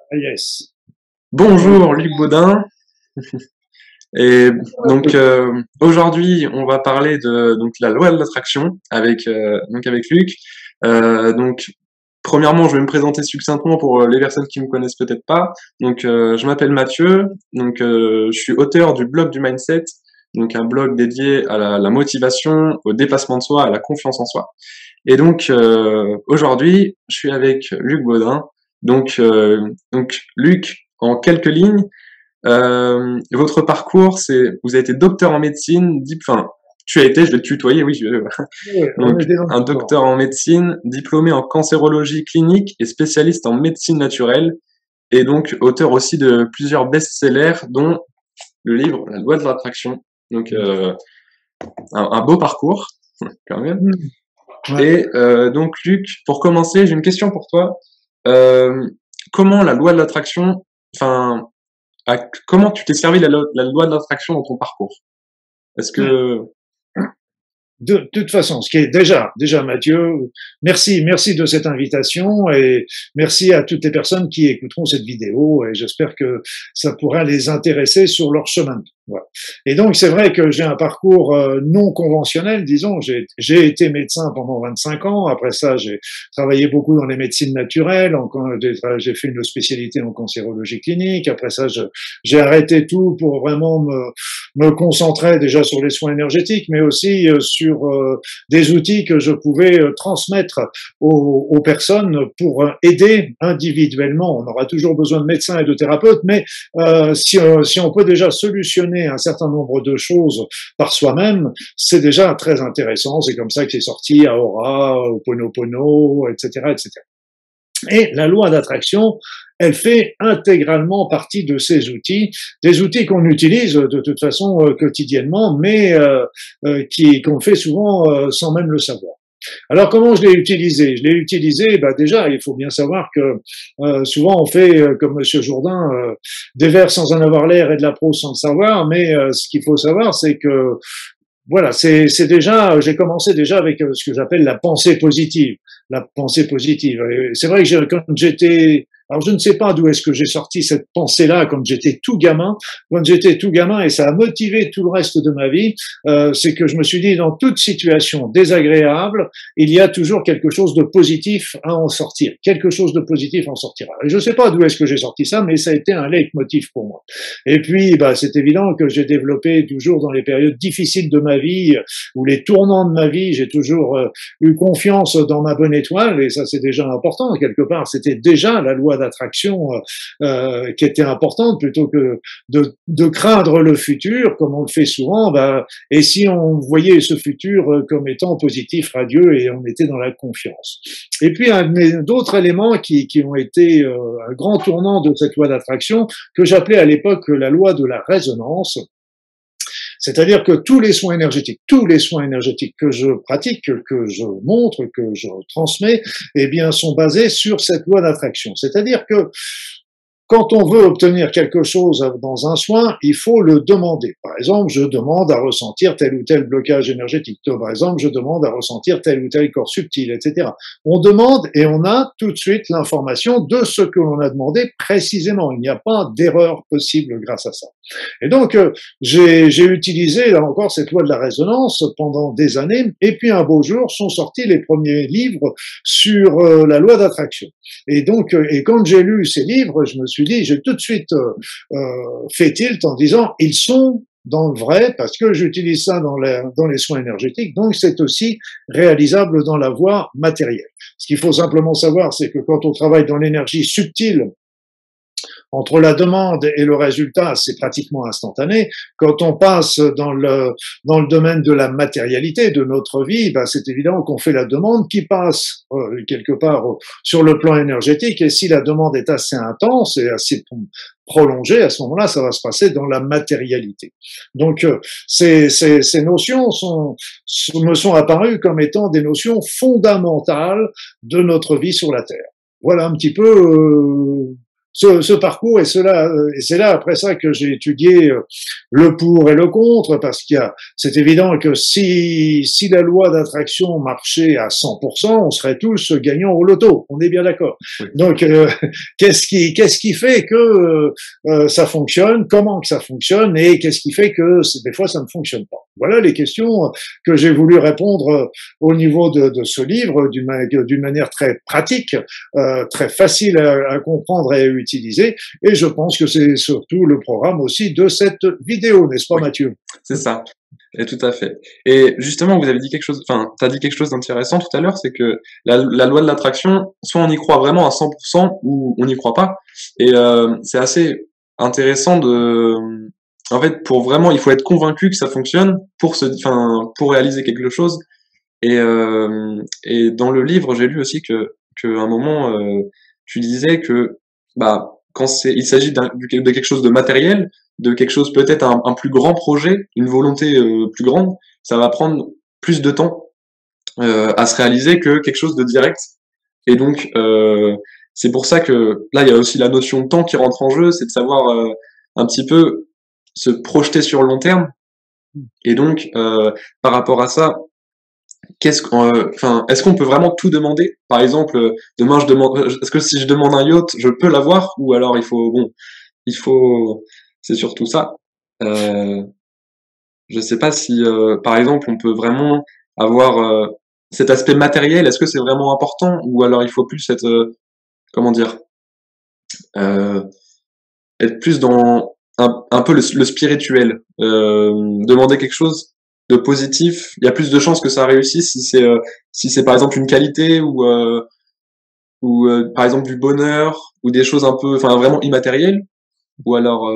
Yes. Bonjour Luc Baudin. Et donc aujourd'hui on va parler de donc la loi de l'attraction avec Luc. Donc premièrement je vais me présenter succinctement pour les personnes qui me connaissent peut-être pas. Donc je m'appelle Mathieu. Donc je suis auteur du blog du mindset. Donc un blog dédié à la motivation, au dépassement de soi, à la confiance en soi. Et donc aujourd'hui je suis avec Luc Baudin. Donc Luc, en quelques lignes, votre parcours, vous avez été docteur en médecine, enfin, tu as été, je vais te tutoyer, oui, Oui, on donc, était dans un le temps. docteur en médecine, diplômé en cancérologie clinique et spécialiste en médecine naturelle, et donc auteur aussi de plusieurs best-sellers, dont le livre La loi de l'attraction. Donc, un beau parcours, quand même. Ouais. Et donc, Luc, pour commencer, j'ai une question pour toi. Comment la loi de l'attraction, enfin, comment tu t'es servi de la loi de l'attraction dans ton parcours? Est-ce que... De toute façon, ce qui est déjà Mathieu, merci de cette invitation et merci à toutes les personnes qui écouteront cette vidéo et j'espère que ça pourra les intéresser sur leur chemin. Voilà. Et donc c'est vrai que j'ai un parcours non conventionnel, disons. J'ai été médecin pendant 25 ans. Après ça, j'ai travaillé beaucoup dans les médecines naturelles. J'ai fait une spécialité en cancérologie clinique. Après ça, j'ai arrêté tout pour vraiment me concentrer déjà sur les soins énergétiques, mais aussi sur des outils que je pouvais transmettre aux personnes pour aider individuellement. On aura toujours besoin de médecins et de thérapeutes, mais si on peut déjà solutionner un certain nombre de choses par soi-même, c'est déjà très intéressant. C'est comme ça que c'est sorti à Aura, au Ponopono, etc., etc. Et la loi d'attraction, elle fait intégralement partie de ces outils, des outils qu'on utilise de toute façon quotidiennement, mais qu'on fait souvent sans même le savoir. Alors comment je l'ai utilisé? Je l'ai utilisé, déjà, il faut bien savoir que souvent on fait, comme Monsieur Jourdain, des vers sans en avoir l'air et de la prose sans le savoir, mais ce qu'il faut savoir, c'est que voilà, c'est déjà, j'ai commencé déjà avec ce que j'appelle la pensée positive. La pensée positive. C'est vrai que quand j'étais, alors je ne sais pas d'où est-ce que j'ai sorti cette pensée-là quand j'étais tout gamin. Quand j'étais tout gamin, et ça a motivé tout le reste de ma vie, c'est que je me suis dit, dans toute situation désagréable, il y a toujours quelque chose de positif à en sortir. Quelque chose de positif en sortira. Et je ne sais pas d'où est-ce que j'ai sorti ça, mais ça a été un leitmotiv pour moi. Et puis, c'est évident que j'ai développé toujours dans les périodes difficiles de ma vie, ou les tournants de ma vie, j'ai toujours eu confiance dans ma bonne étoile, et ça c'est déjà important, quelque part, c'était déjà la loi d'attraction qui était importante, plutôt que de craindre le futur, comme on le fait souvent, et si on voyait ce futur comme étant positif, radieux, et on était dans la confiance. Et puis, d'autres éléments qui ont été un grand tournant de cette loi d'attraction, que j'appelais à l'époque la loi de la résonance. C'est-à-dire que tous les soins énergétiques que je pratique, que je montre, que je transmets, eh bien, sont basés sur cette loi d'attraction. C'est-à-dire que quand on veut obtenir quelque chose dans un soin, il faut le demander. Par exemple, je demande à ressentir tel ou tel blocage énergétique. Par exemple, je demande à ressentir tel ou tel corps subtil, etc. On demande et on a tout de suite l'information de ce que l'on a demandé précisément. Il n'y a pas d'erreur possible grâce à ça. Et donc, j'ai utilisé, là encore, cette loi de la résonance pendant des années. Et puis, un beau jour, sont sortis les premiers livres sur la loi d'attraction. Et donc, et quand j'ai lu ces livres, je me suis dit, j'ai tout de suite fait tilt en disant, ils sont dans le vrai, parce que j'utilise ça dans les soins énergétiques, donc c'est aussi réalisable dans la voie matérielle. Ce qu'il faut simplement savoir, c'est que quand on travaille dans l'énergie subtile, entre la demande et le résultat, c'est pratiquement instantané. Quand on passe dans le domaine de la matérialité de notre vie, c'est évident qu'on fait la demande qui passe quelque part sur le plan énergétique. Et si la demande est assez intense et assez prolongée, à ce moment-là, ça va se passer dans la matérialité. Donc, ces notions me sont apparues comme étant des notions fondamentales de notre vie sur la Terre. Voilà un petit peu ce parcours, et c'est là après ça que j'ai étudié le pour et le contre, parce c'est évident que si la loi d'attraction marchait à 100%, on serait tous gagnants au loto. On est bien d'accord. Oui. Donc, qu'est-ce qui fait que ça fonctionne, comment que ça fonctionne, et qu'est-ce qui fait que des fois ça ne fonctionne pas. Voilà les questions que j'ai voulu répondre au niveau de ce livre d'une manière très pratique, très facile à comprendre et à utiliser. Et je pense que c'est surtout le programme aussi de cette vidéo, n'est-ce pas, Oui, Mathieu? c'est ça. Et tout à fait. Et justement, vous avez dit quelque chose, enfin, t'as dit quelque chose d'intéressant tout à l'heure, c'est que la loi de l'attraction, soit on y croit vraiment à 100% ou on n'y croit pas. Et c'est assez intéressant en fait, il faut être convaincu que ça fonctionne pour réaliser quelque chose. Et dans le livre, j'ai lu aussi que à un moment, tu disais que bah il s'agit de quelque chose de matériel, de quelque chose peut-être un plus grand projet, une volonté plus grande, ça va prendre plus de temps à se réaliser que quelque chose de direct. Et donc c'est pour ça que là il y a aussi la notion de temps qui rentre en jeu, c'est de savoir un petit peu se projeter sur le long terme. Et donc par rapport à ça, est-ce qu'on peut vraiment tout demander? Par exemple, demain est-ce que si je demande un yacht, je peux l'avoir? Ou alors c'est surtout ça. Euh, je sais pas si, par exemple, on peut vraiment avoir cet aspect matériel. Est-ce que c'est vraiment important? Ou alors il faut plus être, comment dire, euh, être plus dans un peu le spirituel. Demander quelque chose de positif, il y a plus de chances que ça réussisse si c'est par exemple une qualité ou par exemple du bonheur ou des choses un peu enfin vraiment immatérielles ou alors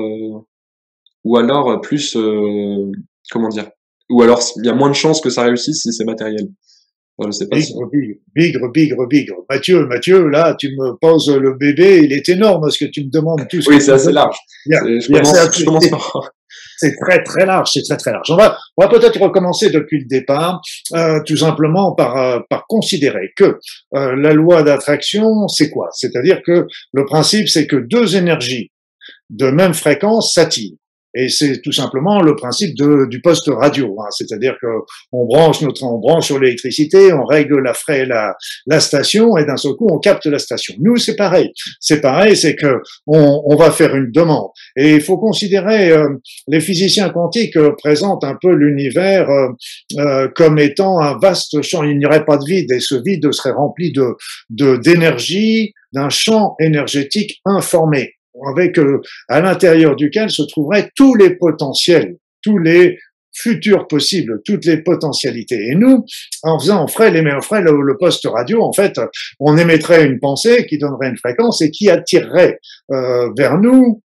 plus comment dire ou alors il y a moins de chances que ça réussisse si c'est matériel. Enfin, je sais pas si Bigre. Mathieu, là, tu me poses le bébé, il est énorme, ce que tu me demandes, tout ce que oui, tu c'est me assez demandes. large. Je commence par C'est très très large, c'est très très large. On va peut-être recommencer depuis le départ, tout simplement par considérer que la loi d'attraction, c'est quoi? C'est-à-dire que le principe, c'est que deux énergies de même fréquence s'attirent. Et c'est tout simplement le principe du poste radio, hein. C'est-à-dire que on branche sur l'électricité, on règle la station, et d'un seul coup on capte la station. Nous c'est pareil, c'est que on va faire une demande. Et il faut considérer, les physiciens quantiques présentent un peu l'univers comme étant un vaste champ. Il n'y aurait pas de vide, et ce vide serait rempli d'énergie, d'un champ énergétique informé, avec à l'intérieur duquel se trouveraient tous les potentiels, tous les futurs possibles, toutes les potentialités. Et nous, on ferait le poste radio, en fait, on émettrait une pensée qui donnerait une fréquence et qui attirerait vers nous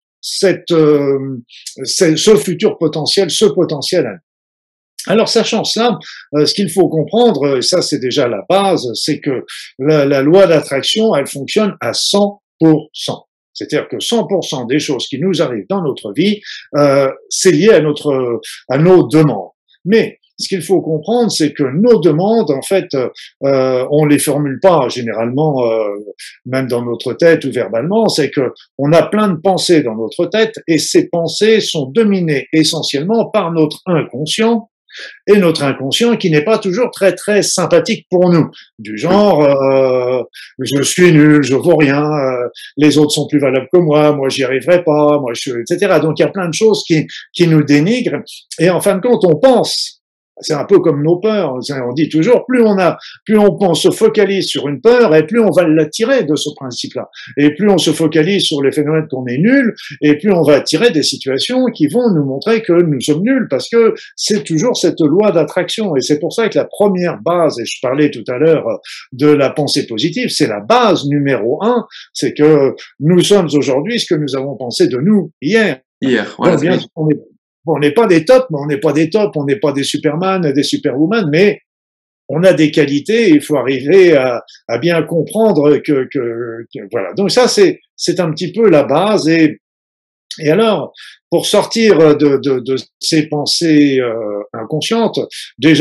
ce futur potentiel, ce potentiel. Alors, sachant cela, ce qu'il faut comprendre, et ça c'est déjà la base, c'est que la loi d'attraction, elle fonctionne à 100%. C'est-à-dire que 100% des choses qui nous arrivent dans notre vie, c'est lié à nos demandes. Mais ce qu'il faut comprendre, c'est que nos demandes, en fait, on les formule pas généralement, même dans notre tête ou verbalement. C'est que on a plein de pensées dans notre tête, et ces pensées sont dominées essentiellement par notre inconscient. Et notre inconscient qui n'est pas toujours très très sympathique pour nous, du genre je suis nul, je vaux rien, les autres sont plus valables que moi j'y arriverai pas, etc. Donc il y a plein de choses qui nous dénigrent, et en fin de compte on pense. C'est un peu comme nos peurs. On dit toujours, plus on se focalise sur une peur, et plus on va l'attirer de ce principe-là. Et plus on se focalise sur les phénomènes qu'on est nul, et plus on va attirer des situations qui vont nous montrer que nous sommes nuls, parce que c'est toujours cette loi d'attraction. Et c'est pour ça que la première base, et je parlais tout à l'heure de la pensée positive, c'est la base numéro 1, c'est que nous sommes aujourd'hui ce que nous avons pensé de nous hier. Voilà, bien, on n'est pas des tops, on n'est pas des Superman, des Superwoman, mais on a des qualités, et il faut arriver à bien comprendre que voilà. Donc ça, c'est un petit peu la base. Et alors, pour sortir de ces pensées inconscientes, déjà,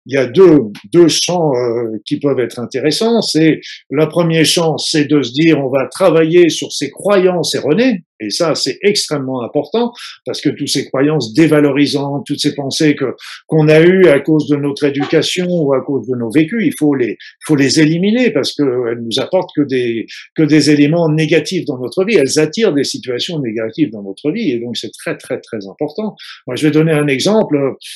il y a deux champs qui peuvent être intéressants. C'est le premier champ, c'est de se dire on va travailler sur ses croyances erronées. Et ça, c'est extrêmement important parce que toutes ces croyances dévalorisantes, toutes ces pensées qu'on a eues à cause de notre éducation ou à cause de nos vécus, il faut les éliminer parce qu'elles nous apportent que des éléments négatifs dans notre vie. Elles attirent des situations négatives dans notre vie et donc c'est très très très important. Moi, je vais donner un exemple.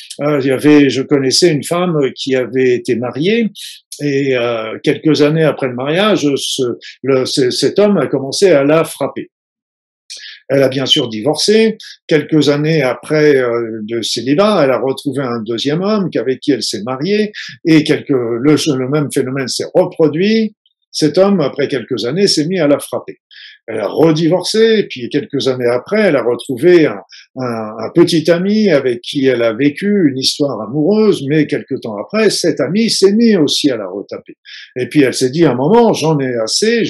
Je connaissais une femme qui avait été mariée. Et quelques années après le mariage, cet homme a commencé à la frapper. Elle a bien sûr divorcé. Quelques années après de célibat, elle a retrouvé un deuxième homme avec qui elle s'est mariée. Et le même phénomène s'est reproduit. Cet homme, après quelques années, s'est mis à la frapper. Elle a redivorcé, et puis quelques années après, elle a retrouvé un petit ami avec qui elle a vécu une histoire amoureuse, mais quelques temps après, cet ami s'est mis aussi à la retaper. Et puis elle s'est dit à un moment, j'en ai assez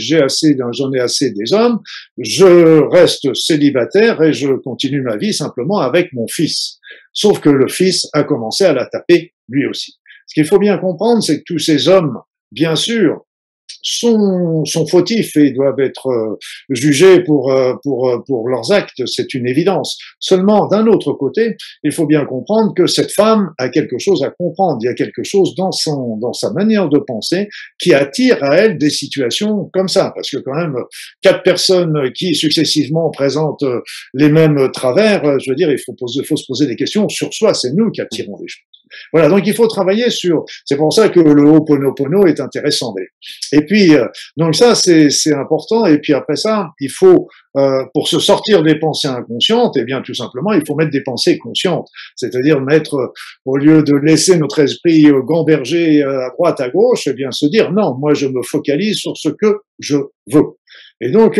des hommes, je reste célibataire et je continue ma vie simplement avec mon fils. Sauf que le fils a commencé à la taper lui aussi. Ce qu'il faut bien comprendre, c'est que tous ces hommes, bien sûr, sont fautifs et doivent être jugés pour leurs actes, c'est une évidence. Seulement, d'un autre côté, il faut bien comprendre que cette femme a quelque chose à comprendre. Il y a quelque chose dans sa manière de penser qui attire à elle des situations comme ça. Parce que quand même, 4 personnes qui successivement présentent les mêmes travers, je veux dire, il faut se poser des questions sur soi. C'est nous qui attirons les choses. Voilà, donc il faut travailler sur. C'est pour ça que le Ho'oponopono est intéressant. Et puis, donc ça, c'est important. Et puis après ça, il faut, pour se sortir des pensées inconscientes, eh bien tout simplement, il faut mettre des pensées conscientes. C'est-à-dire mettre, au lieu de laisser notre esprit gamberger à droite, à gauche, eh bien se dire non, moi je me focalise sur ce que je veux. Et donc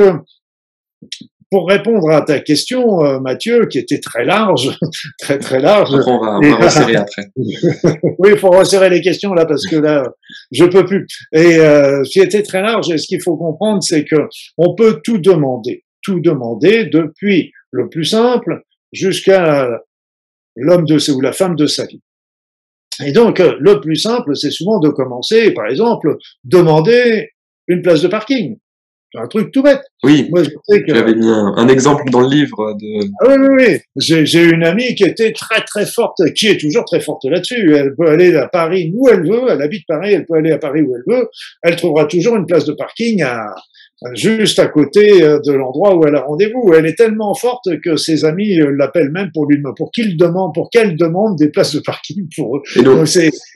pour répondre à ta question, Mathieu, qui était très large, très très large. Donc on va resserrer après. Oui, il faut resserrer les questions là parce que là, je peux plus. Et ce qui était très large, et ce qu'il faut comprendre, c'est que on peut tout demander depuis le plus simple jusqu'à l'homme ou la femme de sa vie. Et donc, le plus simple, c'est souvent de commencer, par exemple, demander une place de parking. Un truc tout bête. Oui, moi, je sais que tu avais mis un exemple dans le livre de... Ah oui. J'ai une amie qui était très très forte, qui est toujours très forte là-dessus. Elle peut aller à Paris où elle veut, elle habite Paris, elle peut aller à Paris où elle veut. Elle trouvera toujours une place de parking juste à côté de l'endroit où elle a rendez-vous. Elle est tellement forte que ses amis l'appellent même pour qu'elle demande des places de parking pour eux. Et donc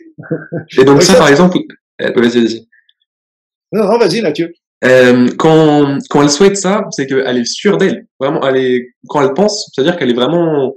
ça, par exemple... Vas-y. Non, vas-y, Mathieu. Quand elle souhaite ça, c'est qu'elle est sûre d'elle. Vraiment, quand elle pense, c'est-à-dire qu'elle est vraiment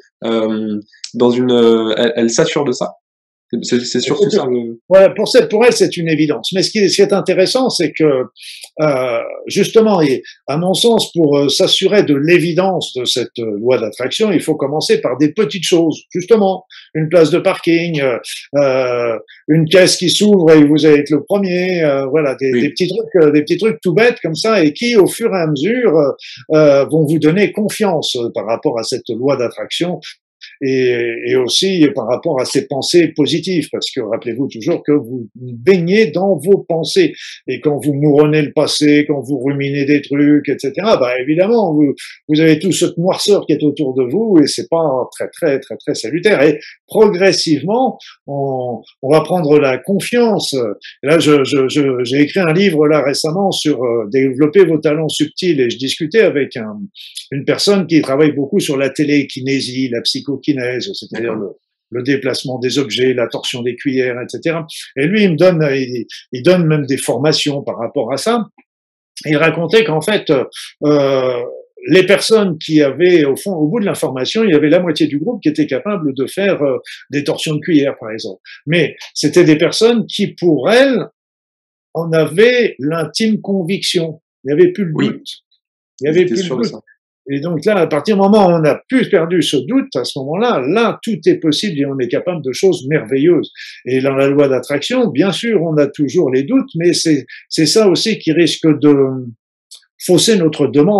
elle s'assure de ça. C'est surtout ça. Voilà, pour elle, c'est une évidence. Mais ce qui est intéressant, c'est que justement, à mon sens, pour s'assurer de l'évidence de cette loi d'attraction, il faut commencer par des petites choses. Justement, une place de parking, une caisse qui s'ouvre et vous allez être le premier. Voilà, des petits trucs tout bêtes comme ça et qui, au fur et à mesure, vont vous donner confiance par rapport à cette loi d'attraction. Et aussi par rapport à ces pensées positives, parce que rappelez-vous toujours que vous baignez dans vos pensées, et quand vous mouronnez le passé, quand vous ruminez des trucs, etc., bah évidemment vous avez toute cette noirceur qui est autour de vous, et c'est pas très très très très salutaire. Et progressivement, on va prendre la confiance. Et là, j'ai écrit un livre là récemment sur développer vos talents subtils, et je discutais avec une personne qui travaille beaucoup sur la télékinésie, la psychokinèse, c'est-à-dire le déplacement des objets, la torsion des cuillères, etc. Et lui, il donne même des formations par rapport à ça. Il racontait qu'en fait, les personnes qui avaient, au bout de l'information, il y avait la moitié du groupe qui était capable de faire des torsions de cuillère, par exemple. Mais c'était des personnes qui, pour elles, en avaient l'intime conviction. Il n'y avait plus le doute. Il n'y avait plus le doute. Et donc là, à partir du moment où on a plus perdu ce doute, à ce moment-là, là, tout est possible et on est capable de choses merveilleuses. Et dans la loi d'attraction, bien sûr, on a toujours les doutes, mais c'est ça aussi qui risque de fausser notre demande.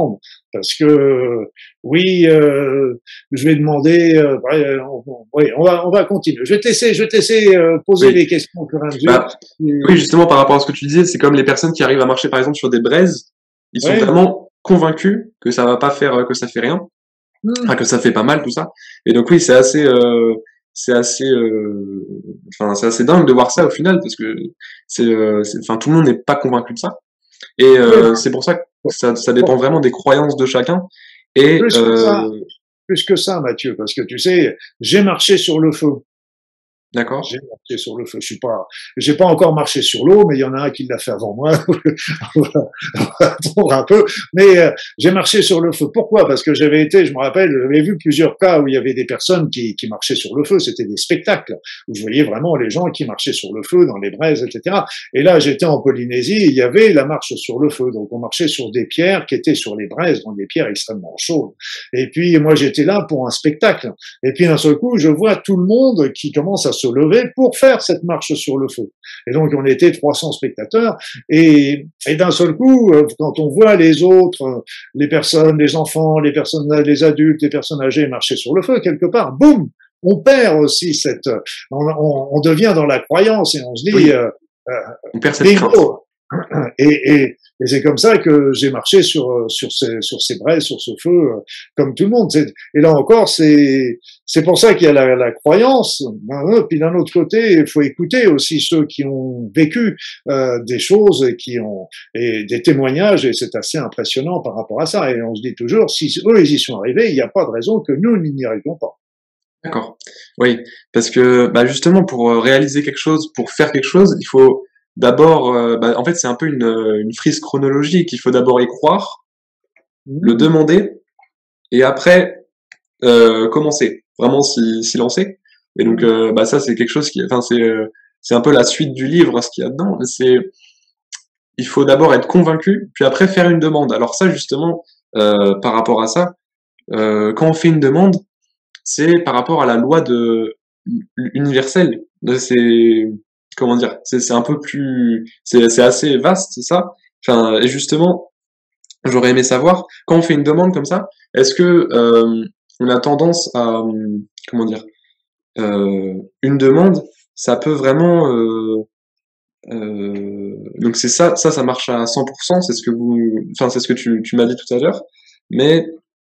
parce que oui, je vais demander. Oui, on va continuer. Je vais te laisser poser Oui. les questions au fur et à mesure. Bah, oui, justement, par rapport à ce que tu disais, c'est comme les personnes qui arrivent à marcher, par exemple, sur des braises. Ils sont Ouais. vraiment convaincus que ça va pas faire, que ça fait rien. Enfin, que ça fait pas mal, tout ça. Et donc, oui, c'est assez, enfin, c'est assez dingue de voir ça au final, parce que enfin, tout le monde n'est pas convaincu de ça. Et Oui, c'est pour ça que ça dépend vraiment des croyances de chacun. Et plus que ça, plus que ça, Mathieu, parce que tu sais, j'ai marché sur le feu. d'accord. J'ai marché sur le feu. J'ai pas encore marché sur l'eau, mais il y en a un qui l'a fait avant moi. on va attendre un peu. Mais j'ai marché sur le feu. Pourquoi? Parce que j'avais été, je me rappelle, j'avais vu plusieurs cas où il y avait des personnes qui marchaient sur le feu. C'était des spectacles où je voyais vraiment les gens qui marchaient sur le feu dans les braises, etc. Et là, j'étais en Polynésie, il y avait la marche sur le feu. Donc, on marchait sur des pierres qui étaient sur les braises, donc des pierres extrêmement chaudes. Et puis, moi, j'étais là pour un spectacle. Et puis, d'un seul coup, je vois tout le monde qui commence à se lever pour faire cette marche sur le feu. Et donc, on était 300 spectateurs. Et d'un seul coup, quand on voit les autres, les personnes, les enfants, les personnes, les adultes, les personnes âgées marcher sur le feu, quelque part, boum, on perd aussi on devient dans la croyance et on se dit, Oui, on perd cette crainte. bingo. Et c'est comme ça que j'ai marché sur ces braises, sur ce feu, comme tout le monde. Et là encore, c'est pour ça qu'il y a la croyance. Puis d'un autre côté, il faut écouter aussi ceux qui ont vécu des choses et des témoignages, et c'est assez impressionnant par rapport à ça. Et on se dit toujours, si eux ils y sont arrivés, il n'y a pas de raison que nous n'y arrivions pas. D'accord. Oui, parce que bah, justement, pour réaliser quelque chose, pour faire quelque chose, il faut d'abord, bah, en fait, c'est un peu une frise chronologique. Il faut d'abord y croire, le Mmh. demander, et après commencer, vraiment s'y lancer. Et donc, bah, ça, c'est quelque chose qui, enfin, c'est un peu la suite du livre, ce qu'il y a dedans. Il faut d'abord être convaincu, puis après faire une demande. Alors ça, justement, par rapport à ça, quand on fait une demande, c'est par rapport à la loi universelle. C'est, comment dire, c'est un peu plus, c'est assez vaste, c'est ça. Enfin, et justement, j'aurais aimé savoir, quand on fait une demande comme ça, est-ce que on a tendance à, comment dire, une demande, ça peut vraiment, donc c'est ça marche à 100%, c'est ce que enfin c'est ce que tu m'as dit tout à l'heure, mais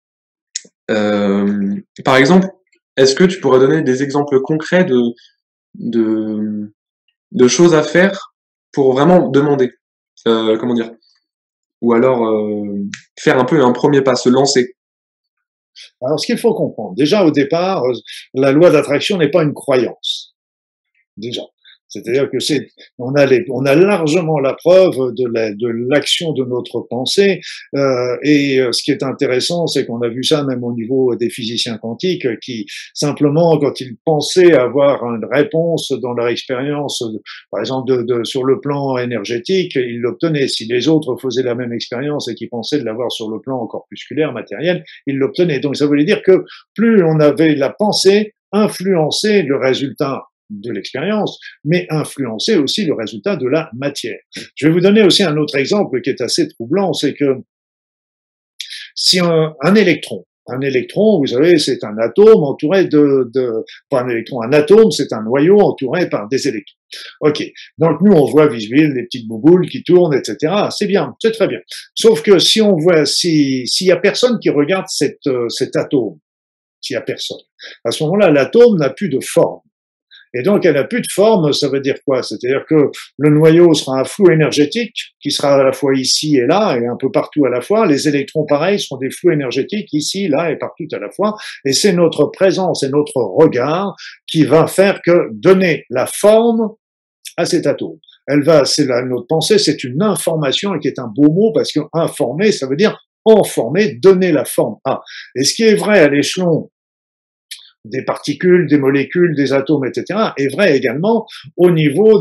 par exemple, est-ce que tu pourrais donner des exemples concrets de, de choses à faire pour vraiment demander, comment dire, ou alors faire un peu un premier pas, se lancer. Alors, ce qu'il faut comprendre, déjà au départ, la loi d'attraction n'est pas une croyance. Déjà. C'est-à-dire que on a largement la preuve de l'action de notre pensée. Ce qui est intéressant, c'est qu'on a vu ça même au niveau des physiciens quantiques, qui simplement, quand ils pensaient avoir une réponse dans leur expérience, par exemple sur le plan énergétique, ils l'obtenaient. Si les autres faisaient la même expérience et qu'ils pensaient de l'avoir sur le plan corpusculaire, matériel, ils l'obtenaient. Donc ça voulait dire que plus on avait la pensée influencer le résultat de l'expérience, mais influencer aussi le résultat de la matière. Je vais vous donner aussi un autre exemple qui est assez troublant, c'est que si un électron, vous savez, c'est un atome entouré pas un électron, un atome, c'est un noyau entouré par des électrons. Ok. Donc nous, on voit visuel des petites bouboules qui tournent, etc. C'est bien, c'est très bien. Sauf que si on voit, s'il y a personne qui regarde cet atome, s'il y a personne, à ce moment-là, l'atome n'a plus de forme. Et donc, elle n'a plus de forme, ça veut dire quoi? C'est-à-dire que le noyau sera un flou énergétique qui sera à la fois ici et là et un peu partout à la fois. Les électrons, pareil, seront des flous énergétiques ici, là et partout à la fois. Et c'est notre présence et notre regard qui va faire que donner la forme à cet atome. Notre pensée, c'est une information et qui est un beau mot parce que informer, ça veut dire enformer, donner la forme à. Et ce qui est vrai à l'échelon des particules, des molécules, des atomes, etc., est vrai également au niveau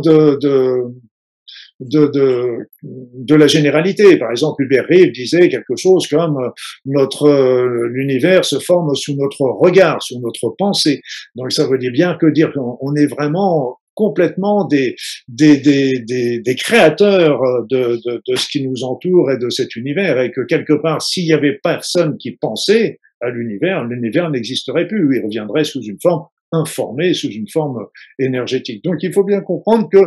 de la généralité. Par exemple, Hubert Reeves disait quelque chose comme l'univers se forme sous notre regard, sous notre pensée. Donc ça veut dire bien que dire qu'on est vraiment complètement des créateurs de ce qui nous entoure et de cet univers, et que quelque part, s'il y avait personne qui pensait à l'univers, l'univers n'existerait plus, il reviendrait sous une forme informée, sous une forme énergétique. Donc il faut bien comprendre que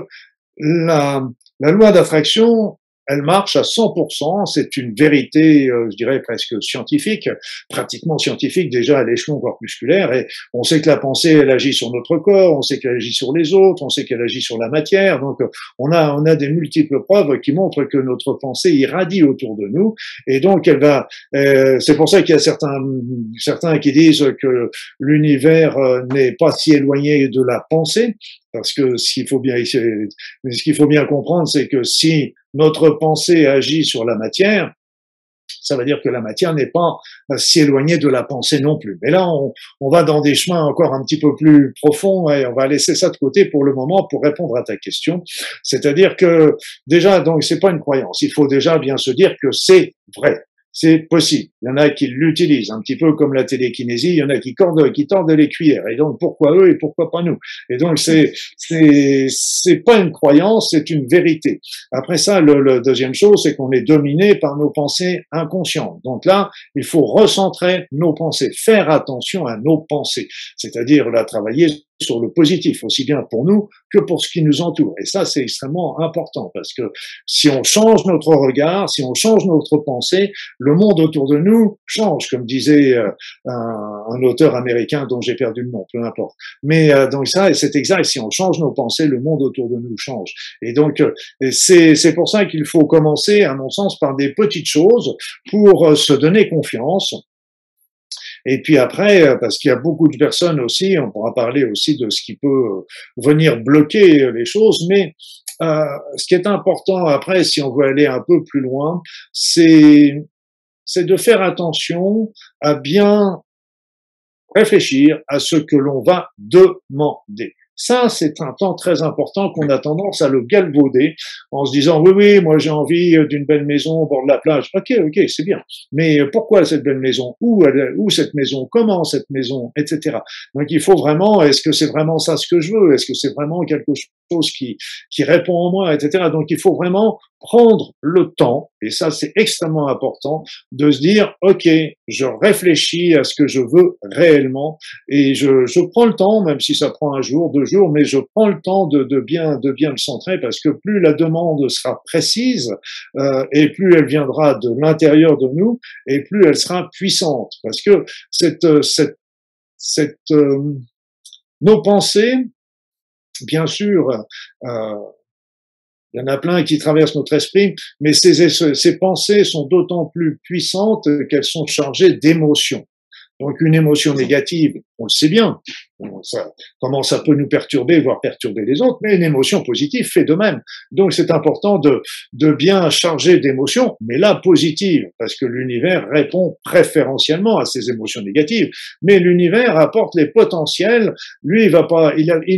la loi d'attraction, elle marche à 100%, c'est une vérité, je dirais presque scientifique, pratiquement scientifique déjà à l'échelon corpusculaire, et on sait que la pensée, elle agit sur notre corps, on sait qu'elle agit sur les autres, on sait qu'elle agit sur la matière, donc on a des multiples preuves qui montrent que notre pensée irradie autour de nous, et donc elle va, c'est pour ça qu'il y a certains qui disent que l'univers n'est pas si éloigné de la pensée, parce que ce qu'il faut bien comprendre, c'est que si notre pensée agit sur la matière, ça veut dire que la matière n'est pas si éloignée de la pensée non plus. Mais là, on va dans des chemins encore un petit peu plus profonds et on va laisser ça de côté pour le moment pour répondre à ta question. C'est-à-dire que déjà, donc c'est pas une croyance. Il faut déjà bien se dire que c'est vrai. C'est possible. Il y en a qui l'utilisent, un petit peu comme la télékinésie. Il y en a qui tordent les cuillères. Et donc, pourquoi eux et pourquoi pas nous? Et donc, c'est pas une croyance, c'est une vérité. Après ça, le deuxième chose, c'est qu'on est dominé par nos pensées inconscientes. Donc là, il faut recentrer nos pensées, faire attention à nos pensées. C'est-à-dire, là, travailler sur le positif, aussi bien pour nous que pour ce qui nous entoure. Et ça, c'est extrêmement important parce que si on change notre regard, si on change notre pensée, le monde autour de nous change, comme disait un auteur américain dont j'ai perdu le nom, peu importe. Mais donc ça, c'est exact, si on change nos pensées, le monde autour de nous change. Et donc, c'est pour ça qu'il faut commencer, à mon sens, par des petites choses pour se donner confiance. Et puis après, parce qu'il y a beaucoup de personnes aussi, on pourra parler aussi de ce qui peut venir bloquer les choses, mais ce qui est important après, si on veut aller un peu plus loin, c'est de faire attention à bien réfléchir à ce que l'on va demander. Ça, c'est un temps très important qu'on a tendance à le galvauder en se disant oui, oui, moi j'ai envie d'une belle maison au bord de la plage. Ok, c'est bien. Mais pourquoi cette belle maison? Où cette maison? Comment cette maison? Etc. Donc il faut vraiment, est-ce que c'est vraiment ça ce que je veux? Est-ce que c'est vraiment quelque chose qui répond en moi? Etc. Donc il faut vraiment prendre le temps, et ça c'est extrêmement important, de se dire ok, je réfléchis à ce que je veux réellement, et je prends le temps, même si ça prend un jour, 2 jours, mais je prends le temps de bien le centrer, parce que plus la demande sera précise, et plus elle viendra de l'intérieur de nous, et plus elle sera puissante, parce que nos pensées, bien sûr, il y en a plein qui traversent notre esprit, mais ces pensées sont d'autant plus puissantes qu'elles sont chargées d'émotions. Donc une émotion négative, on le sait bien, comment ça peut nous perturber, voire perturber les autres, mais une émotion positive fait de même. Donc c'est important de bien charger d'émotions, mais là positive, parce que l'univers répond préférentiellement à ces émotions négatives. Mais l'univers apporte les potentiels, lui il va pas,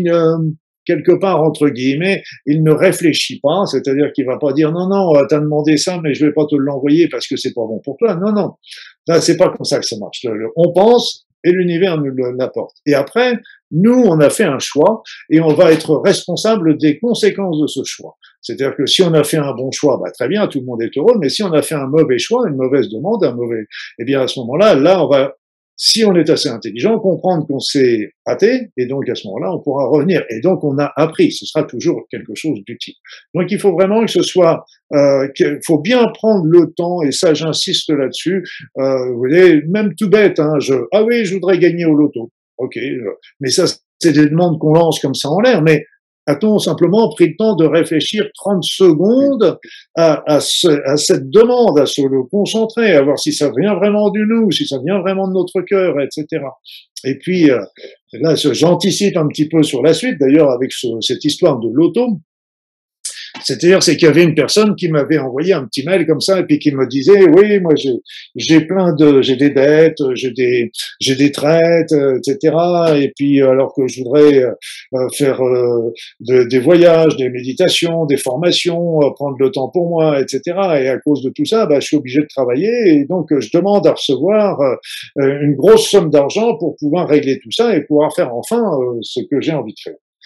quelque part entre guillemets, il ne réfléchit pas, c'est-à-dire qu'il va pas dire non, t'as demandé ça, mais je vais pas te l'envoyer parce que c'est pas bon pour toi. Non. Là, c'est pas comme ça que ça marche. On pense et l'univers nous l'apporte. Et après, nous, on a fait un choix et on va être responsable des conséquences de ce choix. C'est-à-dire que si on a fait un bon choix, très bien, tout le monde est heureux, mais si on a fait un mauvais choix, une mauvaise demande, eh bien, à ce moment-là, on va, si on est assez intelligent, comprendre qu'on s'est raté, et donc à ce moment-là, on pourra revenir. Et donc, on a appris. Ce sera toujours quelque chose d'utile. Donc, il faut vraiment que ce soit, qu'il faut bien prendre le temps, et ça, j'insiste là-dessus. Vous voyez, même tout bête, ah oui, je voudrais gagner au loto. Ok, mais ça, c'est des demandes qu'on lance comme ça en l'air, mais a-t-on simplement pris le temps de réfléchir 30 secondes à cette demande, à se le concentrer, à voir si ça vient vraiment de nous, si ça vient vraiment de notre cœur, etc. Et puis, là, j'anticipe un petit peu sur la suite, d'ailleurs, avec cette histoire de l'auto. C'est-à-dire, c'est qu'il y avait une personne qui m'avait envoyé un petit mail comme ça et puis qui me disait, oui, moi j'ai des dettes, j'ai des traites, etc. Et puis alors que je voudrais faire des voyages, des méditations, des formations, prendre le temps pour moi, etc. Et à cause de tout ça, je suis obligé de travailler et donc je demande à recevoir une grosse somme d'argent pour pouvoir régler tout ça et pouvoir faire enfin ce que j'ai envie de faire.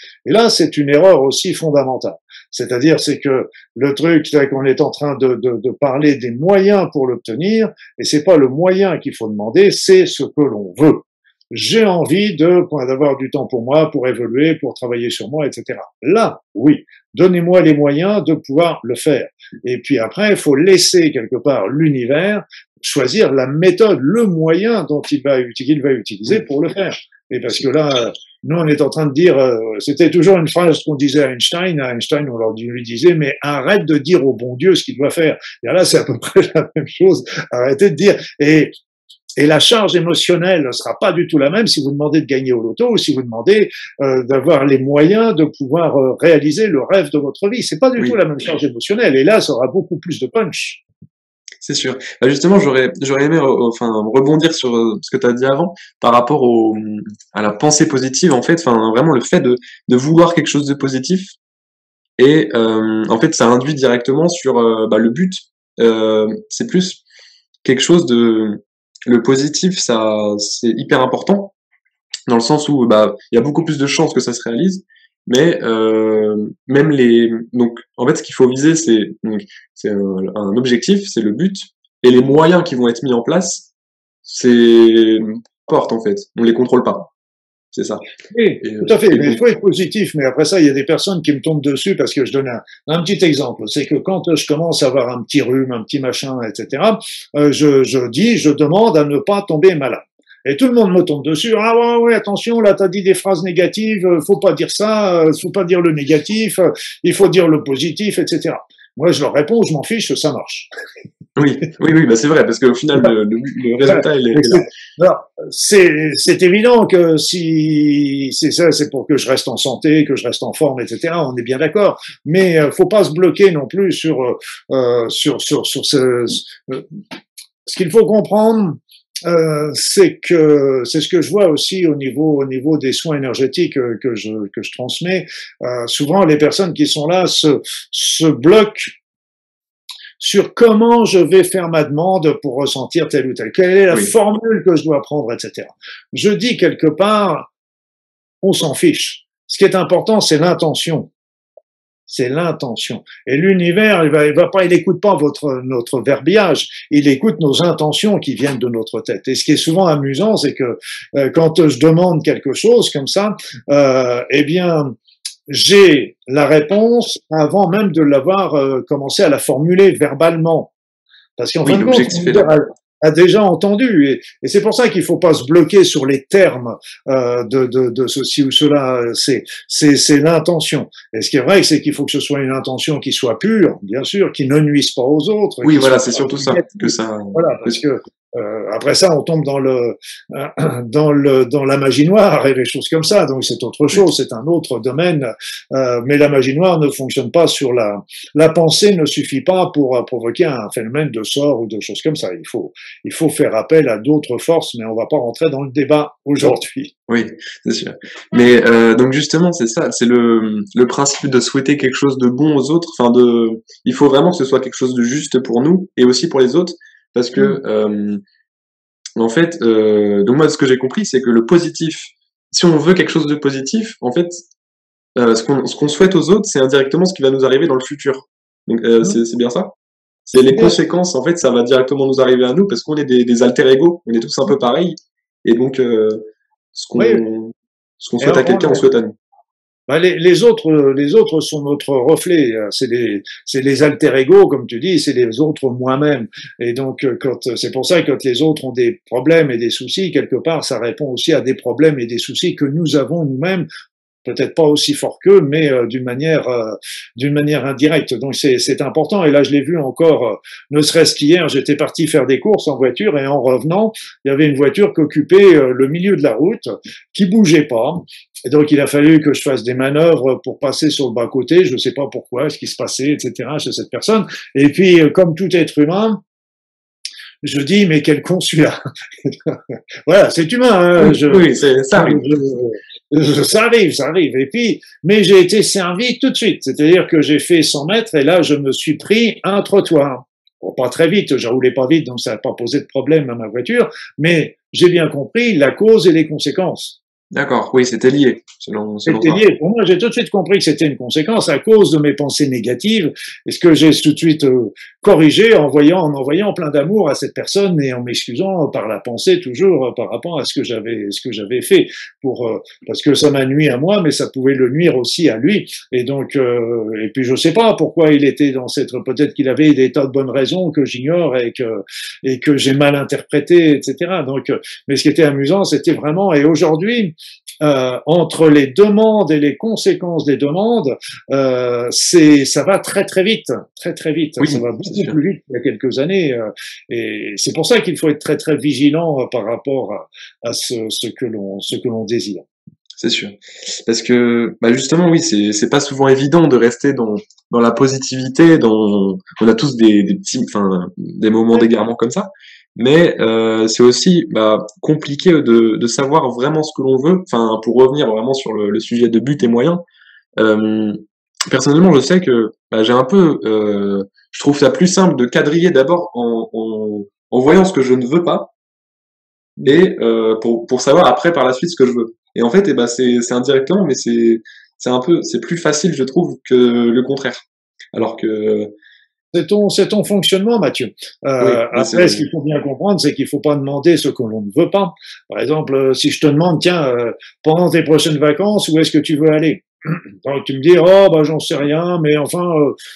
Et là, c'est une erreur aussi fondamentale. C'est-à-dire, c'est que le truc, c'est qu'on est en train de parler des moyens pour l'obtenir, et c'est pas le moyen qu'il faut demander, c'est ce que l'on veut. J'ai envie d'avoir du temps pour moi, pour évoluer, pour travailler sur moi, etc. Là, oui, donnez-moi les moyens de pouvoir le faire. Et puis après, il faut laisser quelque part l'univers choisir la méthode, le moyen dont il va utiliser pour le faire. Et parce que là, nous, on est en train de dire, c'était toujours une phrase qu'on disait à Einstein. À Einstein, on lui disait, mais arrête de dire au bon Dieu ce qu'il doit faire. Et là, c'est à peu près la même chose. Arrêtez de dire. Et la charge émotionnelle ne sera pas du tout la même si vous demandez de gagner au loto ou si vous demandez d'avoir les moyens de pouvoir réaliser le rêve de votre vie. C'est pas du tout la même charge émotionnelle. Et là, ça aura beaucoup plus de punch. C'est sûr. Bah justement, j'aurais aimé rebondir sur ce que tu as dit avant par rapport à la pensée positive, en fait, enfin vraiment le fait de vouloir quelque chose de positif et en fait ça induit directement sur le but. C'est plus quelque chose de le positif, ça c'est hyper important dans le sens où il y a beaucoup plus de chances que ça se réalise. Mais même donc en fait ce qu'il faut viser c'est un objectif, c'est le but et les moyens qui vont être mis en place, c'est porte en fait, on les contrôle pas. C'est ça. Oui, tout à fait. Mais il faut être positif. Mais après ça, il y a des personnes qui me tombent dessus parce que je donne un petit exemple. C'est que quand je commence à avoir un petit rhume, un petit machin, etc., je demande à ne pas tomber malade. Et tout le monde me tombe dessus. Ah ouais, attention, là, t'as dit des phrases négatives, faut pas dire ça, faut pas dire le négatif, il faut dire le positif, etc. Moi, je leur réponds, je m'en fiche, ça marche. Oui, c'est vrai, parce qu'au final, le résultat, il est là. C'est évident que si c'est ça, c'est pour que je reste en santé, que je reste en forme, etc. On est bien d'accord. Mais faut pas se bloquer non plus sur ce qu'il faut comprendre. C'est ce que je vois aussi au niveau des soins énergétiques que je transmets. Souvent, les personnes qui sont là se bloquent sur comment je vais faire ma demande pour ressentir telle ou telle. Quelle est la formule que je dois prendre, etc. Je dis quelque part, on s'en fiche. Ce qui est important, c'est l'intention. C'est l'intention. Et l'univers, il écoute pas notre verbiage, il écoute nos intentions qui viennent de notre tête. Et ce qui est souvent amusant, c'est que quand je demande quelque chose comme ça, eh bien, j'ai la réponse avant même de l'avoir commencé à la formuler verbalement. Parce qu'en fin de compte, a déjà entendu. Et c'est pour ça qu'il faut pas se bloquer sur les termes de ceci ou cela. C'est l'intention. Et ce qui est vrai, c'est qu'il faut que ce soit une intention qui soit pure, bien sûr, qui ne nuise pas aux autres. Oui, voilà, c'est surtout ça. Que ça. Voilà, parce que après ça, on tombe dans la magie noire et les choses comme ça. Donc c'est autre chose, c'est un autre domaine. Mais la magie noire ne fonctionne pas sur la pensée ne suffit pas pour provoquer un phénomène de sort ou de choses comme ça. Il faut faire appel à d'autres forces, mais on va pas rentrer dans le débat aujourd'hui. Oui, c'est sûr. Mais donc justement, c'est ça, c'est le principe de souhaiter quelque chose de bon aux autres. Enfin, il faut vraiment que ce soit quelque chose de juste pour nous et aussi pour les autres. Parce que, en fait, donc moi, ce que j'ai compris, c'est que le positif, si on veut quelque chose de positif, en fait, ce qu'on souhaite aux autres, c'est indirectement ce qui va nous arriver dans le futur. Donc, c'est bien ça? C'est les conséquences, en fait, ça va directement nous arriver à nous parce qu'on est des alter ego, on est tous un peu pareils. Et donc, ce qu'on souhaite à quelqu'un, on souhaite à nous. Ben les autres sont notre reflet. C'est les alter ego, comme tu dis, c'est les autres moi-même. Et donc, c'est pour ça que quand les autres ont des problèmes et des soucis, quelque part, ça répond aussi à des problèmes et des soucis que nous avons nous-mêmes. Peut-être pas aussi fort qu'eux, mais d'une manière indirecte. Donc c'est important. Et là, je l'ai vu encore, ne serait-ce qu'hier, j'étais parti faire des courses en voiture et en revenant, il y avait une voiture qui occupait le milieu de la route, qui bougeait pas. Et donc il a fallu que je fasse des manœuvres pour passer sur le bas-côté. Je ne sais pas pourquoi, ce qui se passait, etc. chez cette personne. Et puis, comme tout être humain, je dis, mais quel con celui-là. Voilà, c'est humain. Hein, oui, ça arrive. Ça arrive. Et puis, mais j'ai été servi tout de suite. C'est-à-dire que j'ai fait 100 mètres et là, je me suis pris un trottoir. Bon, pas très vite, je roulais pas vite, donc ça n'a pas posé de problème à ma voiture, mais j'ai bien compris la cause et les conséquences. D'accord, oui, c'était lié, selon C'était toi. lié. Pour moi, j'ai tout de suite compris que c'était une conséquence à cause de mes pensées négatives, et ce que j'ai tout de suite corrigé en envoyant plein d'amour à cette personne et en m'excusant par la pensée toujours par rapport à ce que j'avais fait parce que ça m'a nui à moi, mais ça pouvait le nuire aussi à lui. Et donc, et puis je sais pas pourquoi il était dans cette, peut-être qu'il avait des tas de bonnes raisons que j'ignore et que j'ai mal interprété, etc. Donc, mais ce qui était amusant, c'était vraiment, et aujourd'hui, entre les demandes et les conséquences des demandes, ça va très très vite, très très vite. Oui, Ça va c'est beaucoup sûr. plus vite qu'il y a quelques années, et c'est pour ça qu'il faut être très très vigilant par rapport à ce que l'on désire. C'est sûr. Parce que, bah justement, oui, c'est pas souvent évident de rester dans la positivité, on a tous des petits, enfin, des moments d'égarement comme ça. Mais c'est aussi bah, compliqué de savoir vraiment ce que l'on veut. Enfin, pour revenir vraiment sur le sujet de but et moyens, euh, personnellement, je sais que bah, j'ai un peu, je trouve ça plus simple de quadriller d'abord en voyant ce que je ne veux pas et pour savoir après par la suite ce que je veux. Et en fait, eh ben c'est indirectement, mais c'est un peu c'est plus facile, je trouve, que le contraire. Alors que C'est ton fonctionnement, Mathieu. oui, mais Après, ce qu'il faut bien comprendre, c'est qu'il ne faut pas demander ce que l'on ne veut pas. Par exemple, si je te demande, tiens, pendant tes prochaines vacances, où est-ce que tu veux aller? Donc tu me dis, oh bah j'en sais rien, mais enfin,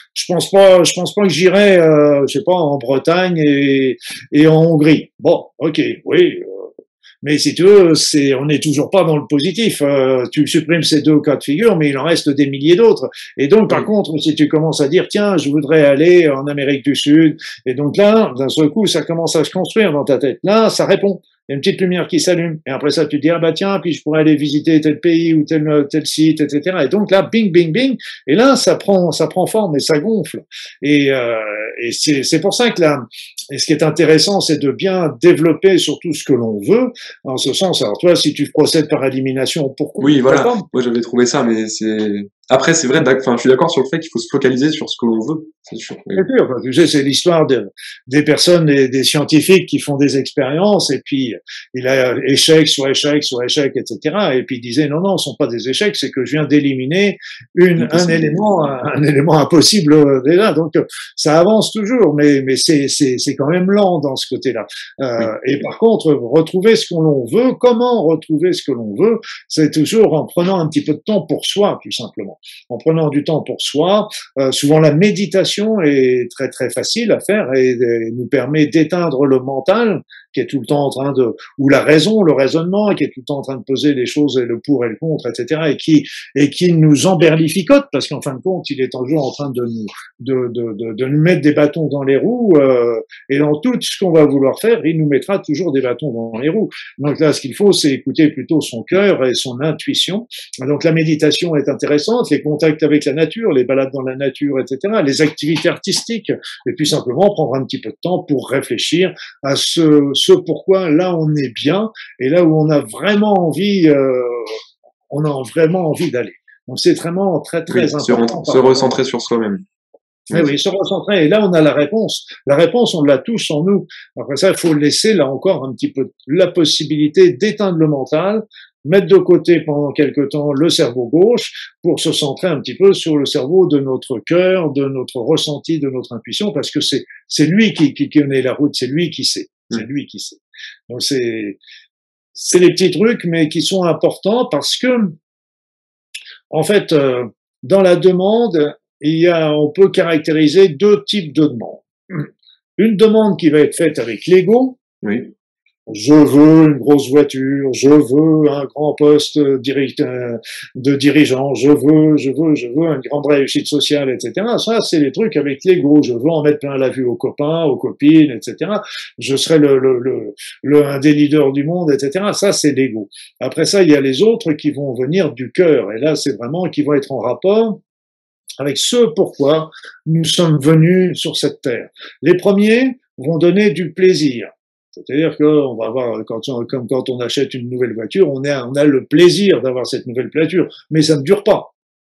je pense pas que j'irai, je sais pas, en Bretagne et en Hongrie. Bon, ok, oui, mais si tu veux, on n'est toujours pas dans le positif. Tu supprimes ces deux cas de figure, mais il en reste des milliers d'autres. Et donc, par oui, contre, si tu commences à dire, tiens, je voudrais aller en Amérique du Sud, et donc là, d'un seul coup, ça commence à se construire dans ta tête. Là, ça répond. Il y a une petite lumière qui s'allume. Et après ça, tu te dis, ah bah tiens, puis je pourrais aller visiter tel pays ou tel site, etc. Et donc là, bing, bing, bing. Et là, ça prend forme et ça gonfle. Et, euh, et c'est pour ça que là, et ce qui est intéressant, c'est de bien développer surtout ce que l'on veut, en ce sens. Alors toi, si tu procèdes par élimination, oui, pourquoi voilà. pas? Moi, j'avais trouvé ça, mais c'est après, c'est vrai. Enfin, je suis d'accord sur le fait qu'il faut se focaliser sur ce que l'on veut. C'est sûr. Oui, Bien sûr, tu sais, c'est l'histoire des personnes, des scientifiques qui font des expériences et puis il a échec sur échec sur échec, etc. Et puis il disait non, non, ce sont pas des échecs, c'est que je viens d'éliminer une possibilité. un élément impossible déjà. Donc ça avance toujours, mais c'est quand même lent dans ce côté-là. Oui, Et par contre, retrouver ce que l'on veut, comment retrouver ce que l'on veut, c'est toujours en prenant un petit peu de temps pour soi, tout simplement. En prenant du temps pour soi, souvent la méditation est très très facile à faire et nous permet d'éteindre le mental qui est tout le temps en train de, ou la raison, le raisonnement, qui est tout le temps en train de poser les choses et le pour et le contre, etc. Et qui nous emberlificote parce qu'en fin de compte, il est toujours en train de nous mettre des bâtons dans les roues et dans tout ce qu'on va vouloir faire, il nous mettra toujours des bâtons dans les roues. Donc là, ce qu'il faut, c'est écouter plutôt son cœur et son intuition. Donc la méditation est intéressante, les contacts avec la nature, les balades dans la nature, etc., les activités artistiques, et puis simplement prendre un petit peu de temps pour réfléchir à ce pourquoi là on est bien et là où on a vraiment envie d'aller. Donc c'est vraiment très oui, très important se par rapport. recentrer sur soi-même. Eh Oui, oui, se recentrer. Et là, on a la réponse. La réponse, on l'a tous en nous. Après ça, il faut laisser, là encore, un petit peu la possibilité d'éteindre le mental, mettre de côté pendant quelque temps le cerveau gauche pour se centrer un petit peu sur le cerveau de notre cœur, de notre ressenti, de notre intuition, parce que c'est lui qui connaît la route, c'est lui qui sait. C'est mm, lui qui sait. Donc c'est des petits trucs, mais qui sont importants parce que, en fait, dans la demande, on peut caractériser deux types de demandes. Une demande qui va être faite avec l'ego. oui, Je veux une grosse voiture, je veux un grand poste de dirigeant, je veux une grande réussite sociale, etc. Ça, c'est les trucs avec l'ego. Je veux en mettre plein la vue aux copains, aux copines, etc. Je serai un des leaders du monde, etc. Ça, c'est l'ego. Après ça, il y a les autres qui vont venir du cœur. Et là, c'est vraiment qui vont être en rapport avec ce pourquoi nous sommes venus sur cette terre. Les premiers vont donner du plaisir. C'est-à-dire qu'on va avoir, comme quand on achète une nouvelle voiture, on a le plaisir d'avoir cette nouvelle voiture, mais ça ne dure pas.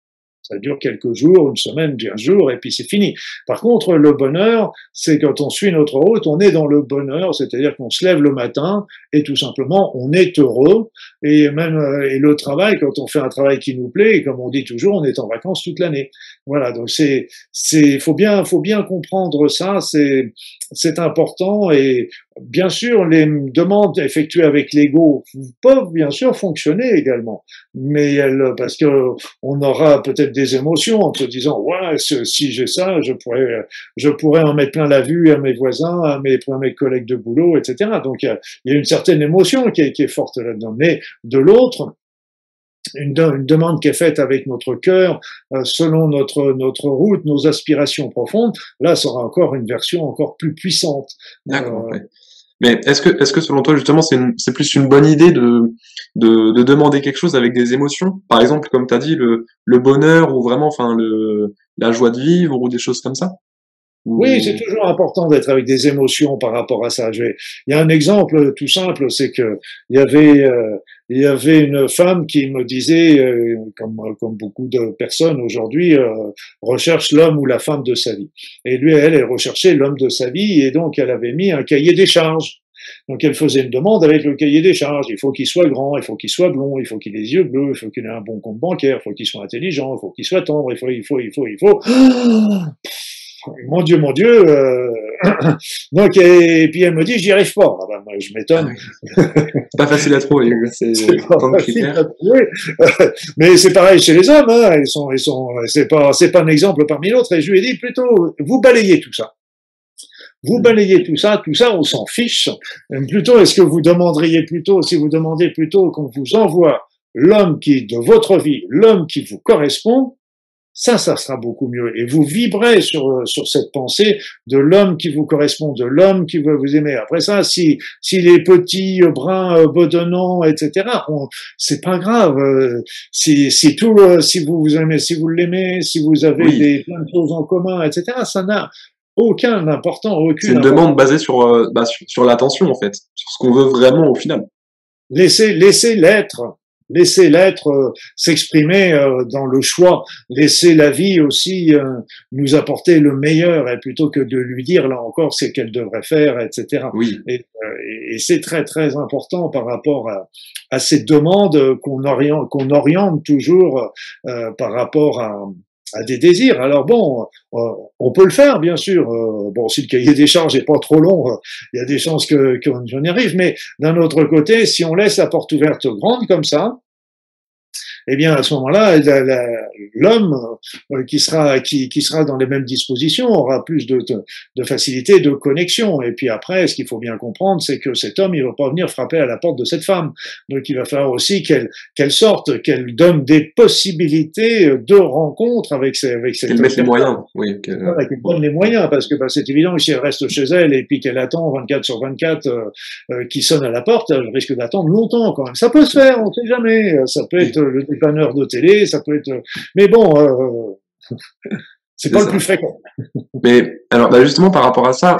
Ça dure quelques jours, une semaine, 15 jours, et puis c'est fini. Par contre, le bonheur, c'est quand on suit notre route, on est dans le bonheur, c'est-à-dire qu'on se lève le matin et tout simplement, on est heureux. Et même et le travail, quand on fait un travail qui nous plaît, et comme on dit toujours, on est en vacances toute l'année. Voilà, donc faut bien comprendre ça, c'est important. Et bien sûr, les demandes effectuées avec l'ego peuvent bien sûr fonctionner également, mais parce que on aura peut-être des émotions en se disant ouais, si j'ai ça, je pourrais en mettre plein la vue à mes voisins, à mes collègues de boulot, etc. Donc il y a une certaine émotion qui est forte là-dedans, mais de l'autre, une demande qui est faite avec notre cœur, selon notre route, nos aspirations profondes, là, ça aura encore une version encore plus puissante. D'accord. Ouais. Mais est-ce que selon toi justement c'est plus une bonne idée de demander quelque chose avec des émotions, par exemple comme tu as dit le bonheur ou vraiment enfin la joie de vivre ou des choses comme ça? Oui, c'est Ou... toujours important d'être avec des émotions par rapport à ça. Il y a un exemple tout simple, c'est que il y avait une femme qui me disait, comme beaucoup de personnes aujourd'hui, recherche l'homme ou la femme de sa vie. Et lui, elle recherchait l'homme de sa vie, et donc elle avait mis un cahier des charges. Donc elle faisait une demande avec le cahier des charges. Il faut qu'il soit grand, il faut qu'il soit blond, il faut qu'il ait les yeux bleus, il faut qu'il ait un bon compte bancaire, il faut qu'il soit intelligent, il faut qu'il soit tendre, il faut. Mon Dieu, mon Dieu. Donc, et puis elle me dit, j'y arrive pas. Ah ben, moi, je m'étonne. Ah oui. C'est pas facile à trouver, c'est tant de critères. Mais c'est pareil chez les hommes, hein. C'est pas un exemple parmi d'autres. Et je lui ai dit plutôt, vous balayez tout ça. Vous balayez tout ça, on s'en fiche. Plutôt, est-ce que vous demanderiez plutôt, si vous demandez plutôt qu'on vous envoie l'homme de votre vie, l'homme qui vous correspond, ça sera beaucoup mieux. Et vous vibrez sur cette pensée de l'homme qui vous correspond, de l'homme qui veut vous aimer. Après ça, si les petits bruns bedonnants, etc., c'est pas grave. Si vous aimez, si vous l'aimez, si vous avez plein de choses en commun, etc., ça n'a aucun important, aucune. C'est une demande basée sur l'attention, en fait, sur ce qu'on veut vraiment au final. Laissez l'être. Laissez l'être s'exprimer dans le choix. Laissez la vie aussi nous apporter le meilleur, et plutôt que de lui dire là encore ce qu'elle devrait faire, etc. Oui. Et c'est très très important par rapport à cette demande qu'on oriente toujours par rapport à des désirs. Alors bon, on peut le faire, bien sûr. Bon, si le cahier des charges est pas trop long, il y a des chances qu'on y arrive. Mais d'un autre côté, si on laisse la porte ouverte grande comme ça, eh bien à ce moment-là, l'homme qui sera dans les mêmes dispositions aura plus de facilité de connexion. Et puis après, ce qu'il faut bien comprendre, c'est que cet homme, il va pas venir frapper à la porte de cette femme. Donc il va falloir aussi qu'elle sorte, qu'elle donne des possibilités de rencontre avec cette qu'elle mette les moyens, oui. Qu'elle donne les moyens, parce que c'est évident que si elle reste chez elle et puis qu'elle attend 24/24 qui sonne à la porte, elle risque d'attendre longtemps quand même. Ça peut se faire, on sait jamais. Ça peut être le dépanneur de télé, ça peut être. Mais bon, c'est pas le plus fréquent. Mais alors, justement par rapport à ça,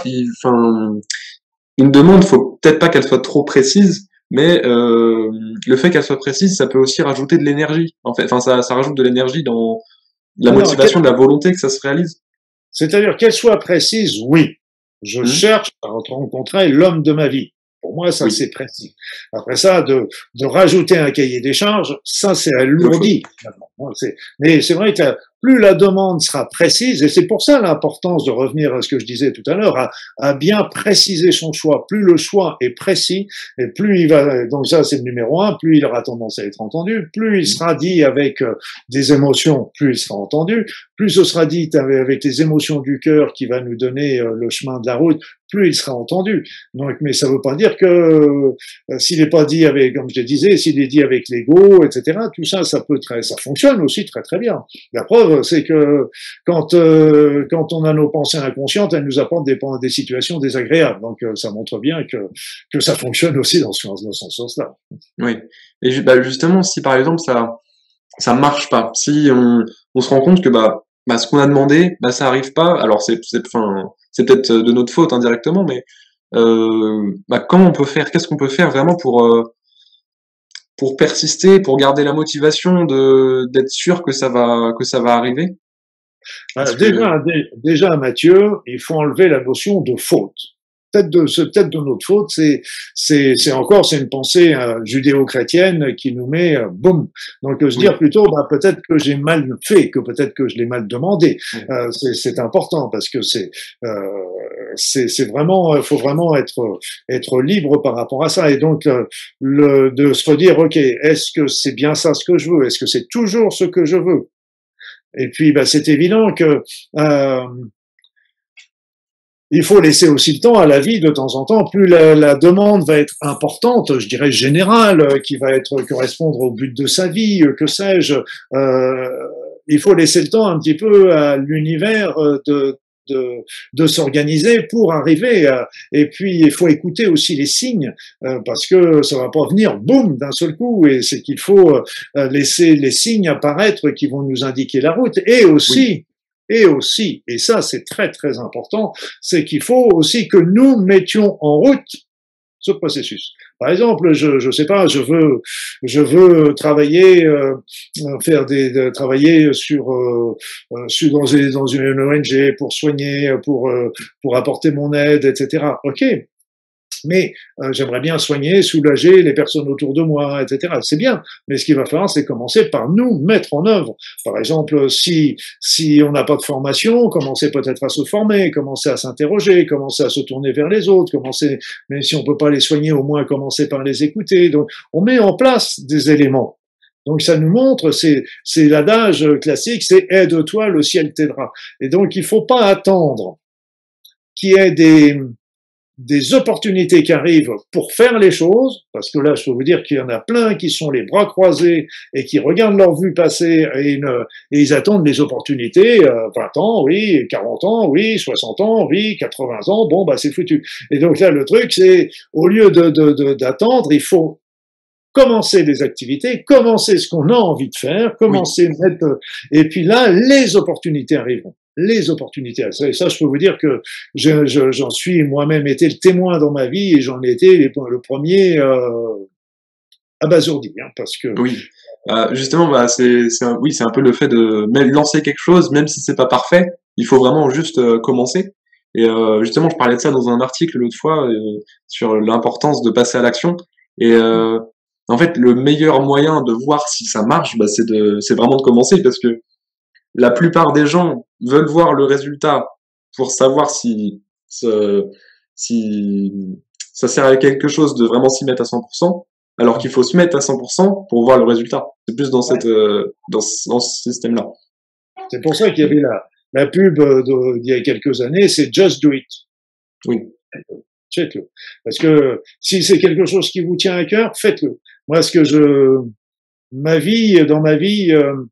une demande, faut peut-être pas qu'elle soit trop précise, mais le fait qu'elle soit précise, ça peut aussi rajouter de l'énergie. En fait, ça rajoute de l'énergie dans la motivation, de la volonté que ça se réalise. C'est-à-dire qu'elle soit précise, oui. Je cherche à rencontrer l'homme de ma vie. Pour moi, ça, c'est précis. Après ça, de rajouter un cahier des charges, ça, c'est alourdi. Mais c'est vrai que plus la demande sera précise, et c'est pour ça l'importance de revenir à ce que je disais tout à l'heure, à bien préciser son choix. Plus le choix est précis, et plus il va, donc ça c'est le numéro 1, plus il aura tendance à être entendu, plus il sera dit avec des émotions, plus il sera entendu, plus ce sera dit avec les émotions du cœur qui va nous donner le chemin de la route, plus il sera entendu. Donc, mais ça veut pas dire que s'il n'est pas dit avec, comme je le disais, s'il est dit avec l'ego, etc., tout ça, ça fonctionne aussi très très bien. La preuve, c'est que quand on a nos pensées inconscientes, elles nous apportent des situations désagréables. Donc, ça montre bien que ça fonctionne aussi dans ce sens-là. Oui. Et justement, si par exemple ça marche pas, si on se rend compte que ce qu'on a demandé, ça arrive pas. Alors c'est peut-être de notre faute indirectement, mais comment on peut faire? Qu'est-ce qu'on peut faire vraiment pour persister, pour garder la motivation d'être sûr que ça va arriver? Est-ce que Déjà, Mathieu, il faut enlever la notion de faute. Peut-être de notre faute, c'est une pensée judéo-chrétienne qui nous met boum. Donc se dire plutôt, peut-être que j'ai mal fait, que peut-être que je l'ai mal demandé. C'est important parce que c'est vraiment, faut vraiment être libre par rapport à ça. Et donc de se redire, ok, est-ce que c'est bien ça ce que je veux? Est-ce que c'est toujours ce que je veux? Et puis, c'est évident que il faut laisser aussi le temps à la vie de temps en temps. Plus la demande va être importante, je dirais générale, qui va correspondre au but de sa vie, que sais-je. Il faut laisser le temps un petit peu à l'univers de s'organiser pour arriver et puis il faut écouter aussi les signes parce que ça va pas venir boum d'un seul coup, et c'est qu'il faut laisser les signes apparaître qui vont nous indiquer la route. Et ça c'est très très important, c'est qu'il faut aussi que nous mettions en route ce processus. Par exemple, je sais pas, je veux travailler, travailler dans une ONG pour soigner, pour apporter mon aide, etc. Ok. Mais j'aimerais bien soigner, soulager les personnes autour de moi, etc. C'est bien, mais ce qu'il va falloir, c'est commencer par nous mettre en œuvre. Par exemple, si on n'a pas de formation, commencer peut-être à se former, commencer à s'interroger, commencer à se tourner vers les autres, commencer, même si on peut pas les soigner, au moins commencer par les écouter. Donc, on met en place des éléments. Donc ça nous montre, c'est l'adage classique, c'est aide-toi, le ciel t'aidera. Et donc il faut pas attendre qu'il y ait des opportunités qui arrivent pour faire les choses, parce que là, je peux vous dire qu'il y en a plein qui sont les bras croisés et qui regardent leur vue passer et ils attendent les opportunités, 20 ans, oui, 40 ans, oui, 60 ans, oui, 80 ans, bon, c'est foutu. Et donc là, le truc, c'est, au lieu d'attendre, il faut commencer les activités, commencer ce qu'on a envie de faire, commencer et puis là, les opportunités arriveront. Les opportunités. Et ça, je peux vous dire que j'en suis moi-même été le témoin dans ma vie et j'en ai été le premier abasourdi, parce que. Oui. Justement, c'est un peu le fait de même lancer quelque chose, même si c'est pas parfait. Il faut vraiment juste commencer. Et justement, je parlais de ça dans un article l'autre fois sur l'importance de passer à l'action. Et en fait, le meilleur moyen de voir si ça marche, c'est vraiment de commencer, parce que la plupart des gens veulent voir le résultat pour savoir si ça sert à quelque chose de vraiment s'y mettre à 100%, alors qu'il faut se mettre à 100% pour voir le résultat. C'est plus dans dans ce système-là. C'est pour ça qu'il y avait la pub d'il y a quelques années, c'est Just Do It. Oui. Faites-le. Parce que si c'est quelque chose qui vous tient à cœur, faites-le. Moi, dans ma vie,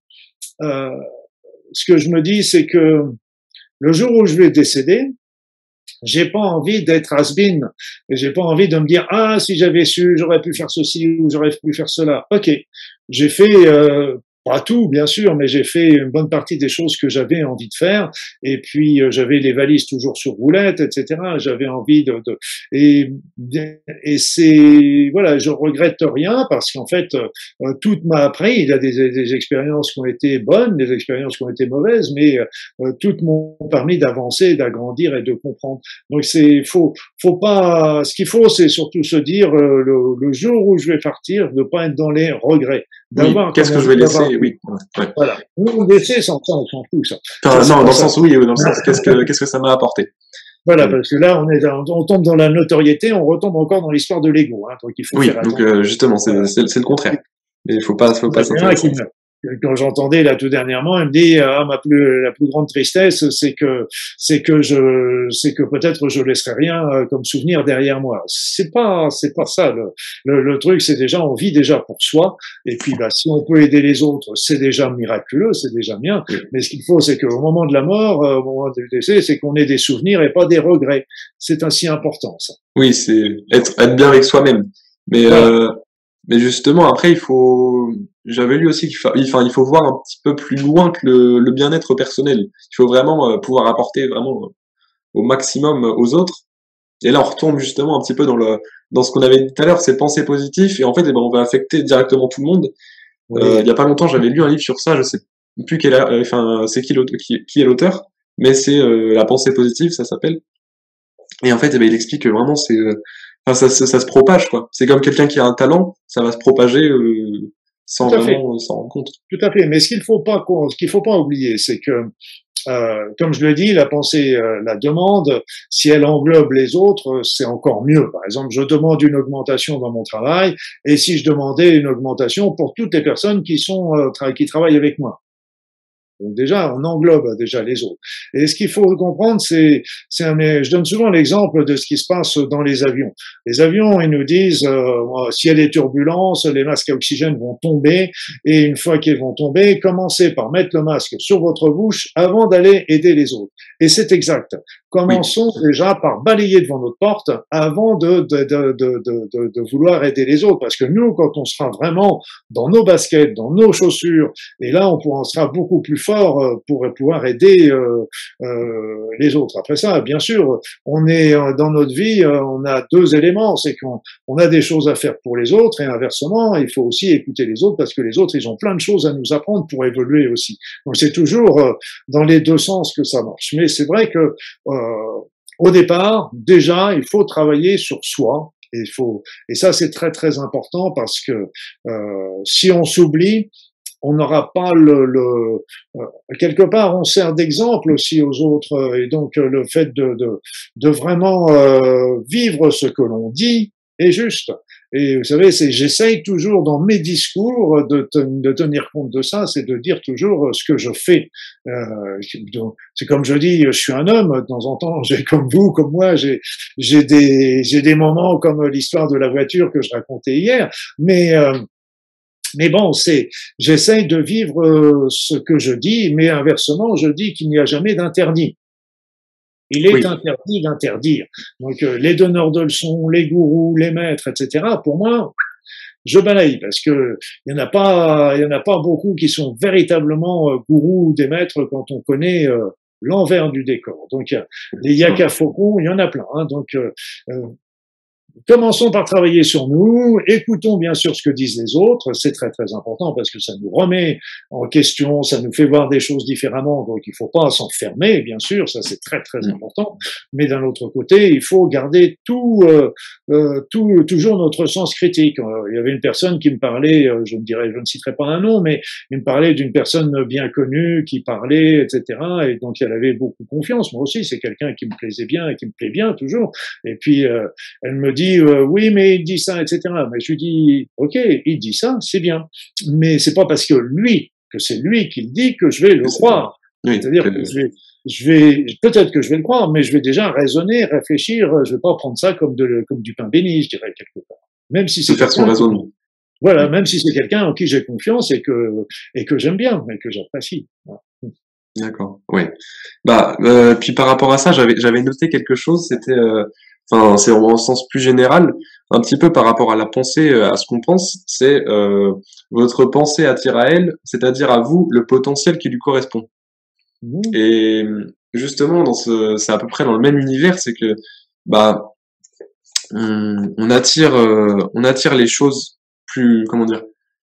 ce que je me dis, c'est que le jour où je vais décéder, j'ai pas envie d'être has-been, et j'ai pas envie de me dire, si j'avais su, j'aurais pu faire ceci ou j'aurais pu faire cela. Ok, j'ai fait pas tout, bien sûr, mais j'ai fait une bonne partie des choses que j'avais envie de faire. Et puis j'avais les valises toujours sur roulette, etc. J'avais envie et c'est voilà, je regrette rien parce qu'en fait tout m'a appris. Il y a des expériences qui ont été bonnes, des expériences qui ont été mauvaises, mais toutes m'ont permis d'avancer, d'agrandir et de comprendre. Donc faut pas. Ce qu'il faut, c'est surtout se dire le jour où je vais partir, ne pas être dans les regrets. Qu'est-ce que je vais laisser? Oui. Ouais. Voilà. Nous, laisser, on s'en fout, ça. Non, dans le sens, oui, dans le sens, qu'est-ce que ça m'a apporté? Voilà, parce que là, on tombe dans la notoriété, on retombe encore dans l'histoire de l'ego, donc il faut faire attention. Donc, justement, c'est le contraire. Mais il faut pas s'intéresser. Quand j'entendais là tout dernièrement, il me dit la plus grande tristesse, c'est que peut-être je laisserai rien comme souvenir derrière moi. C'est pas ça. Le truc, c'est déjà on vit déjà pour soi, et puis si on peut aider les autres, c'est déjà miraculeux, c'est déjà bien. Oui. Mais ce qu'il faut, c'est qu'au moment de la mort, au moment du décès, c'est qu'on ait des souvenirs et pas des regrets. C'est ainsi important, ça. Oui, c'est être bien avec soi-même. Mais voilà. Mais justement, après, j'avais lu aussi il faut voir un petit peu plus loin que le bien-être personnel. Il faut vraiment pouvoir apporter vraiment au maximum aux autres. Et là, on retombe justement un petit peu dans ce qu'on avait dit tout à l'heure, c'est penser positif, et en fait, eh ben, on va affecter directement tout le monde. Il y a pas longtemps, j'avais lu un livre sur ça, je sais plus enfin, c'est qui est l'auteur, mais c'est La pensée positive, ça s'appelle. Et en fait, eh ben, il explique que vraiment, enfin, ça se propage, quoi. C'est comme quelqu'un qui a un talent, ça va se propager sans Tout à fait. vraiment s'en rendre compte. Tout à fait. Mais ce qu'il faut pas oublier, c'est que comme je le dis, la pensée, la demande, si elle englobe les autres, c'est encore mieux. Par exemple, je demande une augmentation dans mon travail, et si je demandais une augmentation pour toutes les personnes qui travaillent avec moi. Donc déjà, on englobe déjà les autres. Et ce qu'il faut comprendre, je donne souvent l'exemple de ce qui se passe dans les avions. Les avions, ils nous disent, s'il y a des turbulences, les masques à oxygène vont tomber, et une fois qu'ils vont tomber, commencez par mettre le masque sur votre bouche avant d'aller aider les autres. Et c'est exact. Commençons déjà par balayer devant notre porte avant de vouloir aider les autres. Parce que nous, quand on sera vraiment dans nos baskets, dans nos chaussures, et là, on sera beaucoup plus fort pour pouvoir aider les autres. Après ça, bien sûr, on est dans notre vie, on a deux éléments, c'est qu'on a des choses à faire pour les autres, et inversement, il faut aussi écouter les autres parce que les autres, ils ont plein de choses à nous apprendre pour évoluer aussi. Donc c'est toujours dans les deux sens que ça marche. Mais c'est vrai que au départ, déjà, il faut travailler sur soi. Et ça c'est très très important parce que si on s'oublie, on n'aura pas quelque part on sert d'exemple aussi aux autres, et donc le fait de vraiment vivre ce que l'on dit est juste. Et vous savez, j'essaye toujours dans mes discours de tenir compte de ça, c'est de dire toujours ce que je fais. C'est comme je dis, je suis un homme, de temps en temps, j'ai comme vous, comme moi, j'ai des moments comme l'histoire de la voiture que je racontais hier, mais bon, j'essaye de vivre ce que je dis, mais inversement, je dis qu'il n'y a jamais d'interdit. Il est interdit d'interdire. Donc, les donneurs de leçons, les gourous, les maîtres, etc., pour moi, je balaye parce que il y en a pas beaucoup qui sont véritablement gourous ou des maîtres quand on connaît l'envers du décor. Donc, les yaka faucons, il y en a plein. Hein, donc, commençons par travailler sur nous, écoutons bien sûr ce que disent les autres, c'est très très important parce que ça nous remet en question, ça nous fait voir des choses différemment, donc il faut pas s'enfermer, bien sûr, ça c'est très très important, mais d'un autre côté, il faut garder toujours notre sens critique. Il y avait une personne qui me parlait, je ne citerai pas un nom, mais il me parlait d'une personne bien connue qui parlait, etc., et donc elle avait beaucoup confiance, moi aussi, c'est quelqu'un qui me plaisait bien et qui me plaît bien toujours, et puis elle me dit oui, mais il dit ça, etc. Mais je lui dis ok, il dit ça, c'est bien, mais c'est pas parce que c'est lui qui le dit que je vais le croire. Oui, c'est-à-dire que peut-être que je vais le croire, mais je vais déjà raisonner, réfléchir. Je vais pas prendre ça comme du pain béni, je dirais quelque part. Même si c'est faire son raisonnement. Voilà, même si c'est quelqu'un en qui j'ai confiance et que j'aime bien et que j'apprécie. Voilà. D'accord. Oui. Puis par rapport à ça, j'avais noté quelque chose. C'était enfin, c'est en sens plus général, un petit peu par rapport à la pensée, à ce qu'on pense, c'est votre pensée attire à elle, c'est-à-dire à vous, le potentiel qui lui correspond. Et justement, c'est à peu près dans le même univers, c'est que on attire les choses plus, comment dire,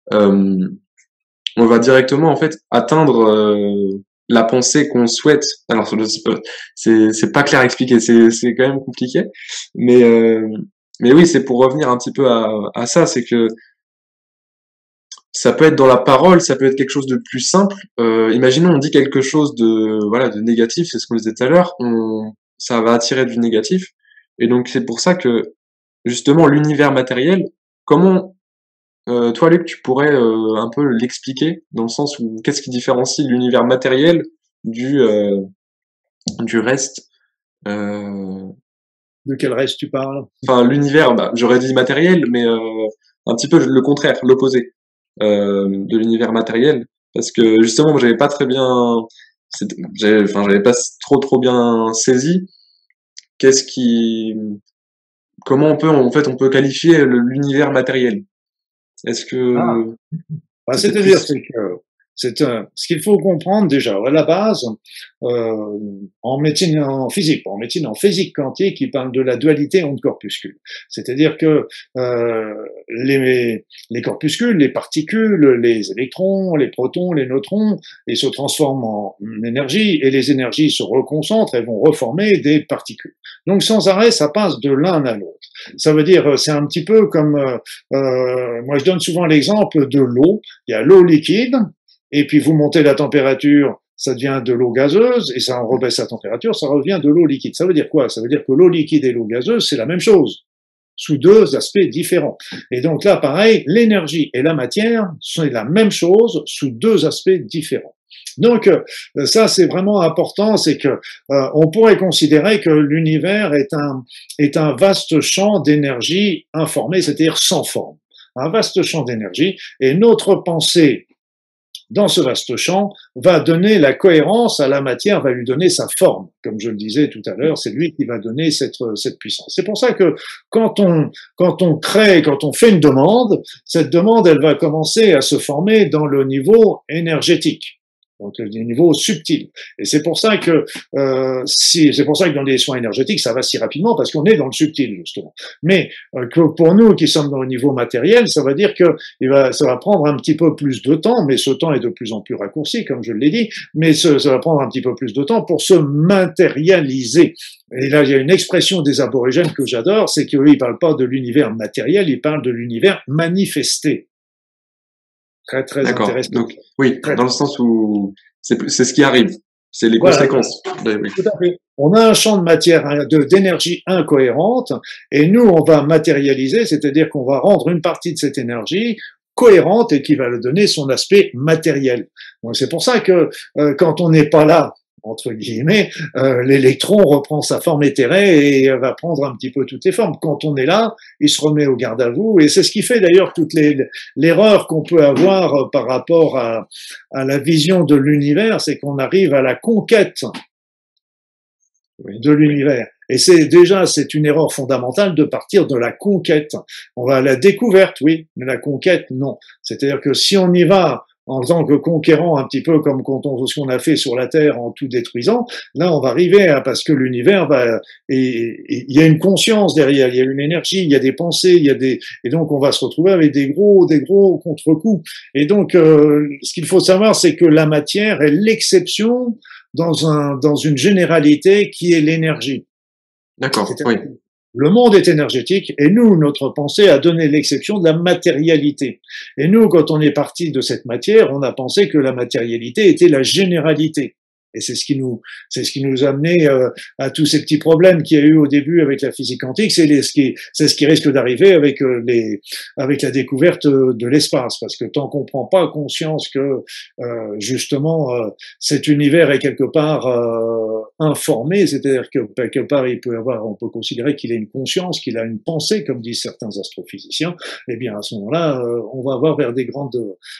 on va directement en fait atteindre la pensée qu'on souhaite. Alors c'est pas clair à expliquer, c'est quand même compliqué, mais oui, c'est pour revenir un petit peu à ça, c'est que ça peut être dans la parole, ça peut être quelque chose de plus simple. Imaginons on dit quelque chose de négatif, c'est ce qu'on disait tout à l'heure, ça va attirer du négatif, et donc c'est pour ça que justement l'univers matériel, comment toi, Luc, tu pourrais un peu l'expliquer dans le sens où qu'est-ce qui différencie l'univers matériel du reste De quel reste tu parles? Enfin, l'univers, j'aurais dit matériel, mais un petit peu le contraire, l'opposé de l'univers matériel, parce que justement, j'avais pas très bien, j'avais pas trop bien saisi comment on peut qualifier l'univers matériel. Est-ce que c'est-à-dire Ce qu'il faut comprendre déjà à la base, en médecine, en physique, pas en médecine, en physique quantique, il parle de la dualité onde-corpuscule. C'est-à-dire que les corpuscules, les particules, les électrons, les protons, les neutrons, ils se transforment en énergie et les énergies se reconcentrent et vont reformer des particules. Donc sans arrêt, ça passe de l'un à l'autre. Ça veut dire, c'est un petit peu comme, moi je donne souvent l'exemple de l'eau. Il y a l'eau liquide, et puis vous montez la température, ça devient de l'eau gazeuse, et ça en rebaisse la température, ça revient de l'eau liquide. Ça veut dire quoi? Ça veut dire que l'eau liquide et l'eau gazeuse, c'est la même chose, sous deux aspects différents. Et donc là, pareil, l'énergie et la matière sont la même chose sous deux aspects différents. Donc ça c'est vraiment important, c'est que on pourrait considérer que l'univers est un vaste champ d'énergie informée, c'est-à-dire sans forme, un vaste champ d'énergie, et notre pensée dans ce vaste champ va donner la cohérence à la matière, va lui donner sa forme. Comme je le disais tout à l'heure, c'est lui qui va donner cette puissance. C'est pour ça que quand on crée, quand on fait une demande, cette demande, elle va commencer à se former dans le niveau énergétique. Donc le niveau subtil. Et c'est pour ça que c'est pour ça que dans les soins énergétiques, ça va si rapidement parce qu'on est dans le subtil justement. Mais que pour nous qui sommes dans le niveau matériel, ça va dire que ça va prendre un petit peu plus de temps, mais ce temps est de plus en plus raccourci, comme je l'ai dit. Mais ça va prendre un petit peu plus de temps pour se matérialiser. Et là, il y a une expression des aborigènes que j'adore, c'est qu'eux, ils parlent pas de l'univers matériel, ils parlent de l'univers manifesté. Très, très intéressant. Donc, oui, dans le sens où c'est ce qui arrive, c'est les conséquences. Oui. Tout à fait. On a un champ de matière, d'énergie incohérente, et nous, on va matérialiser, c'est-à-dire qu'on va rendre une partie de cette énergie cohérente et qui va lui donner son aspect matériel. Donc c'est pour ça que quand on n'est pas là, entre guillemets, l'électron reprend sa forme éthérée et va prendre un petit peu toutes les formes. Quand on est là, il se remet au garde à vous, et c'est ce qui fait d'ailleurs toute l'erreur qu'on peut avoir par rapport à la vision de l'univers, c'est qu'on arrive à la conquête de l'univers. Et c'est une erreur fondamentale de partir de la conquête. On va à la découverte, oui, mais la conquête, non. C'est-à-dire que si on y va en tant que conquérant, un petit peu comme ce qu'on a fait sur la Terre en tout détruisant, là on va arriver parce que l'univers il y a une conscience derrière, il y a une énergie, il y a des pensées, et donc on va se retrouver avec des gros contre-coups. Et donc ce qu'il faut savoir, c'est que la matière est l'exception dans une généralité qui est l'énergie. D'accord, oui. Le monde est énergétique et nous, notre pensée a donné l'exception de la matérialité. Et nous, quand on est parti de cette matière, on a pensé que la matérialité était la généralité. Et c'est ce qui nous a amené à tous ces petits problèmes qu'il y a eu au début avec la physique quantique. C'est ce qui risque d'arriver avec la découverte de l'espace, parce que tant qu'on prend pas conscience que justement cet univers est quelque part informé, c'est-à-dire que quelque part on peut considérer qu'il a une conscience, qu'il a une pensée, comme disent certains astrophysiciens. Eh bien à ce moment-là, on va avoir des grands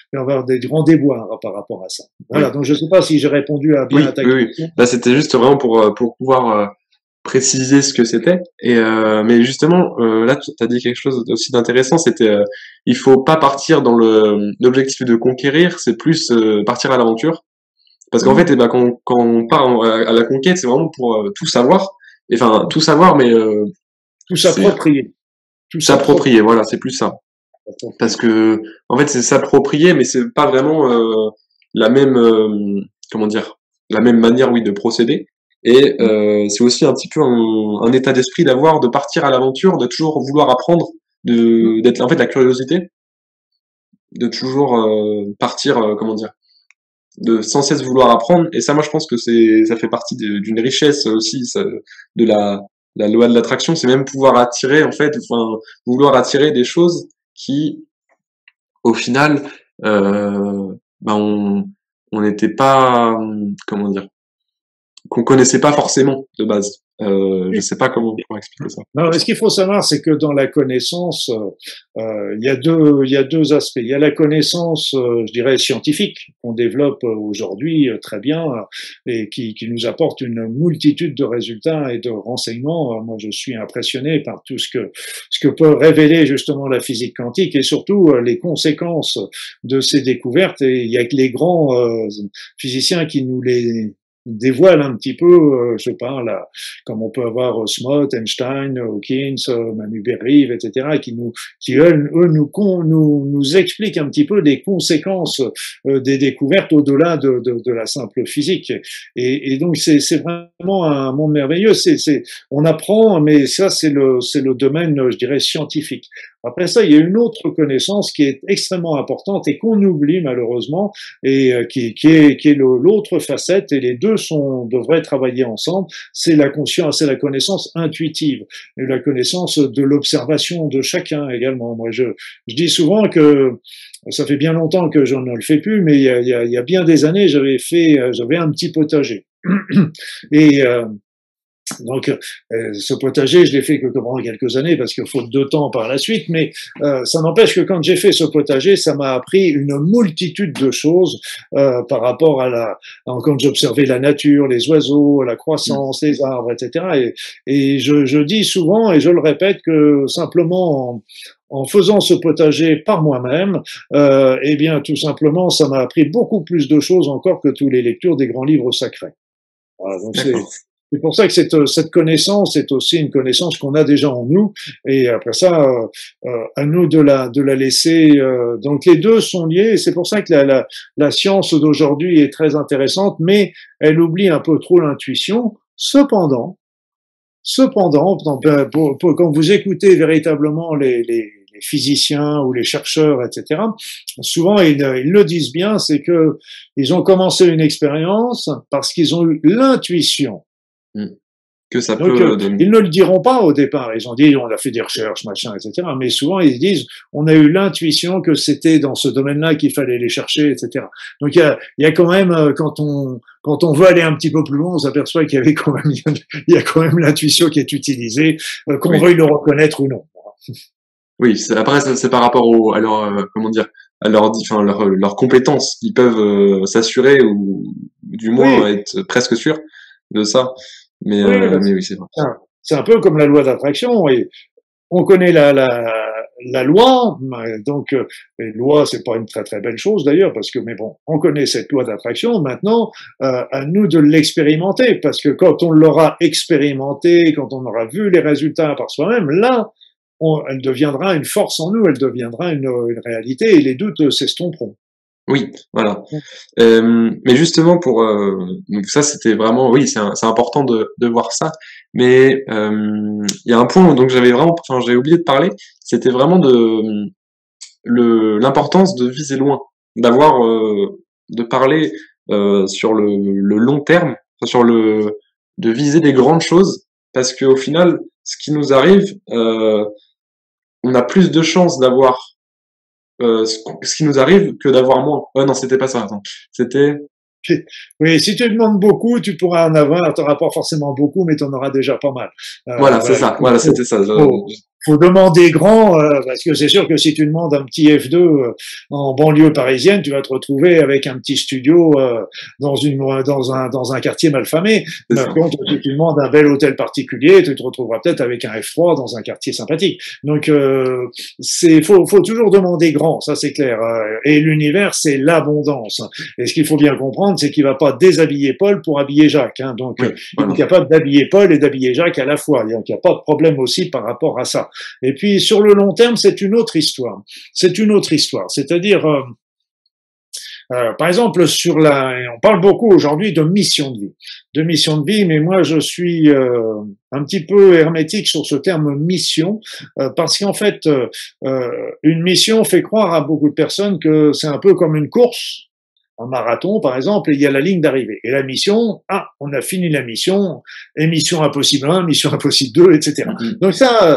déboires par rapport à ça. Voilà. Oui. Donc je ne sais pas si j'ai répondu à bien. Oui. Là, c'était juste vraiment pour pouvoir préciser ce que c'était. Et mais justement, là, tu as dit quelque chose aussi d'intéressant. C'était, il faut pas partir dans l'objectif de conquérir, c'est plus partir à l'aventure. Parce qu'en fait, quand on part à la conquête, c'est vraiment pour tout savoir. Enfin, tout savoir, mais tout s'approprier. Tout s'approprier. Voilà, c'est plus ça. Parce que en fait, c'est s'approprier, mais c'est pas vraiment la même comment dire, la même manière, oui, de procéder. Et c'est aussi un petit peu un état d'esprit de partir à l'aventure, de toujours vouloir apprendre, d'être en fait la curiosité, de toujours partir, comment dire, de sans cesse vouloir apprendre. Et ça, moi, je pense que ça fait partie d'une richesse aussi, de la loi de l'attraction. C'est même pouvoir attirer, en fait, enfin, vouloir attirer des choses qui, au final, on n'était pas, comment dire, qu'on connaissait pas forcément de base. Je sais pas comment on pourrait expliquer ça. Non, mais ce qu'il faut savoir, c'est que dans la connaissance, il y a deux aspects. Il y a la connaissance, je dirais, scientifique qu'on développe aujourd'hui très bien et qui nous apporte une multitude de résultats et de renseignements. Moi, je suis impressionné par tout ce que peut révéler justement la physique quantique et surtout les conséquences de ces découvertes. Et il y a que les grands physiciens qui nous les dévoile un petit peu, je sais pas, là, comme on peut avoir Smoot, Einstein, Hawkins, Manu Berrive, etc., qui eux nous expliquent un petit peu les conséquences des découvertes au-delà de la simple physique. Et donc c'est vraiment un monde merveilleux. On apprend, mais ça c'est le domaine, je dirais, scientifique. Après ça, il y a une autre connaissance qui est extrêmement importante et qu'on oublie malheureusement, et qui est l'autre facette, et les deux devraient travailler ensemble. C'est la conscience, c'est la connaissance intuitive, et la connaissance de l'observation de chacun également. Moi, je dis souvent que ça fait bien longtemps que je ne le fais plus, mais il y a bien des années, j'avais un petit potager. Et donc, ce potager, je l'ai fait que pendant quelques années parce que faute de temps par la suite, mais ça n'empêche que quand j'ai fait ce potager, ça m'a appris une multitude de choses par rapport quand j'observais la nature, les oiseaux, la croissance, les arbres, etc. Et je dis souvent et je le répète que simplement en faisant ce potager par moi-même, eh bien, tout simplement, ça m'a appris beaucoup plus de choses encore que toutes les lectures des grands livres sacrés. Voilà, donc c'est pour ça que cette connaissance est aussi une connaissance qu'on a déjà en nous, et après ça, à nous de la laisser. Donc les deux sont liés, et c'est pour ça que la science d'aujourd'hui est très intéressante, mais elle oublie un peu trop l'intuition. Cependant, quand vous écoutez véritablement les physiciens ou les chercheurs, etc., souvent ils le disent bien, c'est que ils ont commencé une expérience parce qu'ils ont eu l'intuition. Que ça Donc, peut donner. ils ne le diront pas au départ. Ils ont dit, on a fait des recherches, machin, etc. Mais souvent, ils disent, on a eu l'intuition que c'était dans ce domaine-là qu'il fallait les chercher, etc. Donc, il y a quand même, quand on veut aller un petit peu plus loin, on s'aperçoit qu'il y avait quand même, il y a quand même l'intuition qui est utilisée, qu'on veuille le reconnaître ou non. Oui, après, c'est par rapport à leur, comment dire, à leurs compétences. Ils peuvent s'assurer ou du moins être presque sûrs de ça. Mais oui, c'est vrai. C'est un peu comme la loi d'attraction. Et on connaît la loi, donc les lois, c'est pas une très très belle chose d'ailleurs, parce que mais bon, on connaît cette loi d'attraction. Maintenant, à nous de l'expérimenter, parce que quand on l'aura expérimenté, quand on aura vu les résultats par soi-même, là, elle deviendra une force en nous, elle deviendra une réalité, et les doutes s'estomperont. Oui, voilà. Mais justement donc ça c'était vraiment oui c'est important de voir ça. Mais il y a un point donc j'ai oublié de parler. C'était vraiment l'importance de viser loin, de parler sur le long terme, de viser des grandes choses parce qu'au final ce qui nous arrive, on a plus de chances d'avoir ce qui nous arrive que d'avoir moins. Non, c'était pas ça. Attends. C'était. Oui, si tu demandes beaucoup, tu pourras en avoir. Tu n'auras pas forcément beaucoup, mais tu en auras déjà pas mal. Voilà, c'est ça. Voilà, c'était ça. Faut demander grand, parce que c'est sûr que si tu demandes un petit F2 en banlieue parisienne, tu vas te retrouver avec un petit studio dans un quartier malfamé. Par contre, si tu demandes un bel hôtel particulier, tu te retrouveras peut-être avec un F3 dans un quartier sympathique. Donc, faut toujours demander grand, ça c'est clair. Et l'univers, c'est l'abondance. Et ce qu'il faut bien comprendre, c'est qu'il va pas déshabiller Paul pour habiller Jacques. Hein. Donc, il est capable d'habiller Paul et d'habiller Jacques à la fois. Donc, il n'y a pas de problème aussi par rapport à ça. Et puis sur le long terme, c'est une autre histoire. C'est une autre histoire. C'est-à-dire, par exemple, on parle beaucoup aujourd'hui de mission de vie, mais moi je suis un petit peu hermétique sur ce terme mission, parce qu'en fait, une mission fait croire à beaucoup de personnes que c'est un peu comme une course. Un marathon, par exemple, et il y a la ligne d'arrivée. Et la mission, on a fini la mission, et mission impossible 1, mission impossible 2, etc. Donc ça,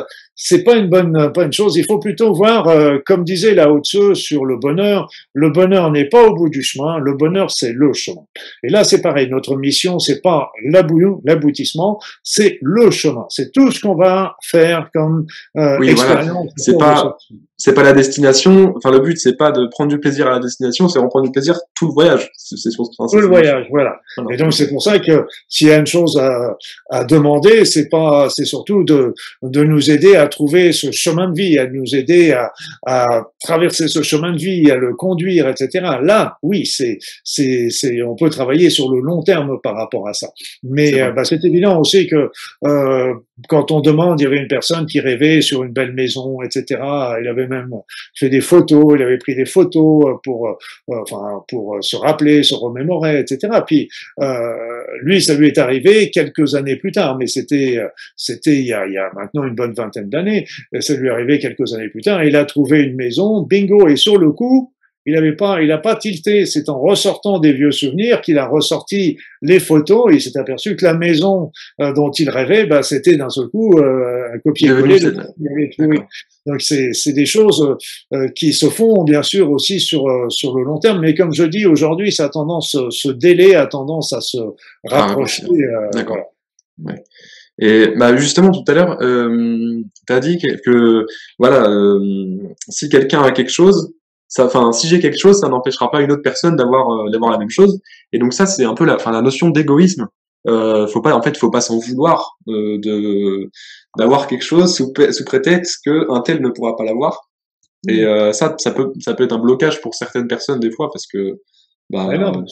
c'est pas une chose. Il faut plutôt voir, comme disait Lao Tzu sur le bonheur n'est pas au bout du chemin, le bonheur c'est le chemin. Et là c'est pareil, notre mission c'est pas l'aboutissement, c'est le chemin. C'est tout ce qu'on va faire comme Oui, voilà. expérience. C'est pas la destination. Enfin, le but, c'est pas de prendre du plaisir à la destination, c'est de prendre du plaisir tout le voyage. Tout le voyage, voilà. Et donc c'est pour ça que s'il y a une chose à demander, c'est surtout de nous aider à trouver ce chemin de vie, à nous aider à traverser ce chemin de vie, à le conduire, etc. Là, oui, on peut travailler sur le long terme par rapport à ça. Mais c'est évident aussi que quand on demande, il y avait une personne qui rêvait sur une belle maison, etc. Il avait même fait des photos, il avait pris des photos pour se rappeler, se remémorer, etc. Puis lui, ça lui est arrivé quelques années plus tard, mais c'était il y a maintenant une bonne vingtaine d'années. Ça lui est arrivé quelques années plus tard. Il a trouvé une maison, bingo, et sur le coup, il a pas tilté. C'est en ressortant des vieux souvenirs qu'il a ressorti les photos et il s'est aperçu que la maison dont il rêvait, c'était d'un seul coup un copier-coller de ce qu'il avait trouvé. Donc c'est des choses qui se font bien sûr aussi sur le long terme, mais comme je dis aujourd'hui, ce délai a tendance à se rapprocher. D'accord. Voilà. Ouais. Et justement tout à l'heure, tu as dit que voilà, si quelqu'un a quelque chose, si j'ai quelque chose, ça n'empêchera pas une autre personne d'avoir la même chose. Et donc ça, c'est un peu la notion d'égoïsme. Faut pas s'en vouloir d'avoir quelque chose sous prétexte que un tel ne pourra pas l'avoir. Et ça peut être un blocage pour certaines personnes des fois parce que non,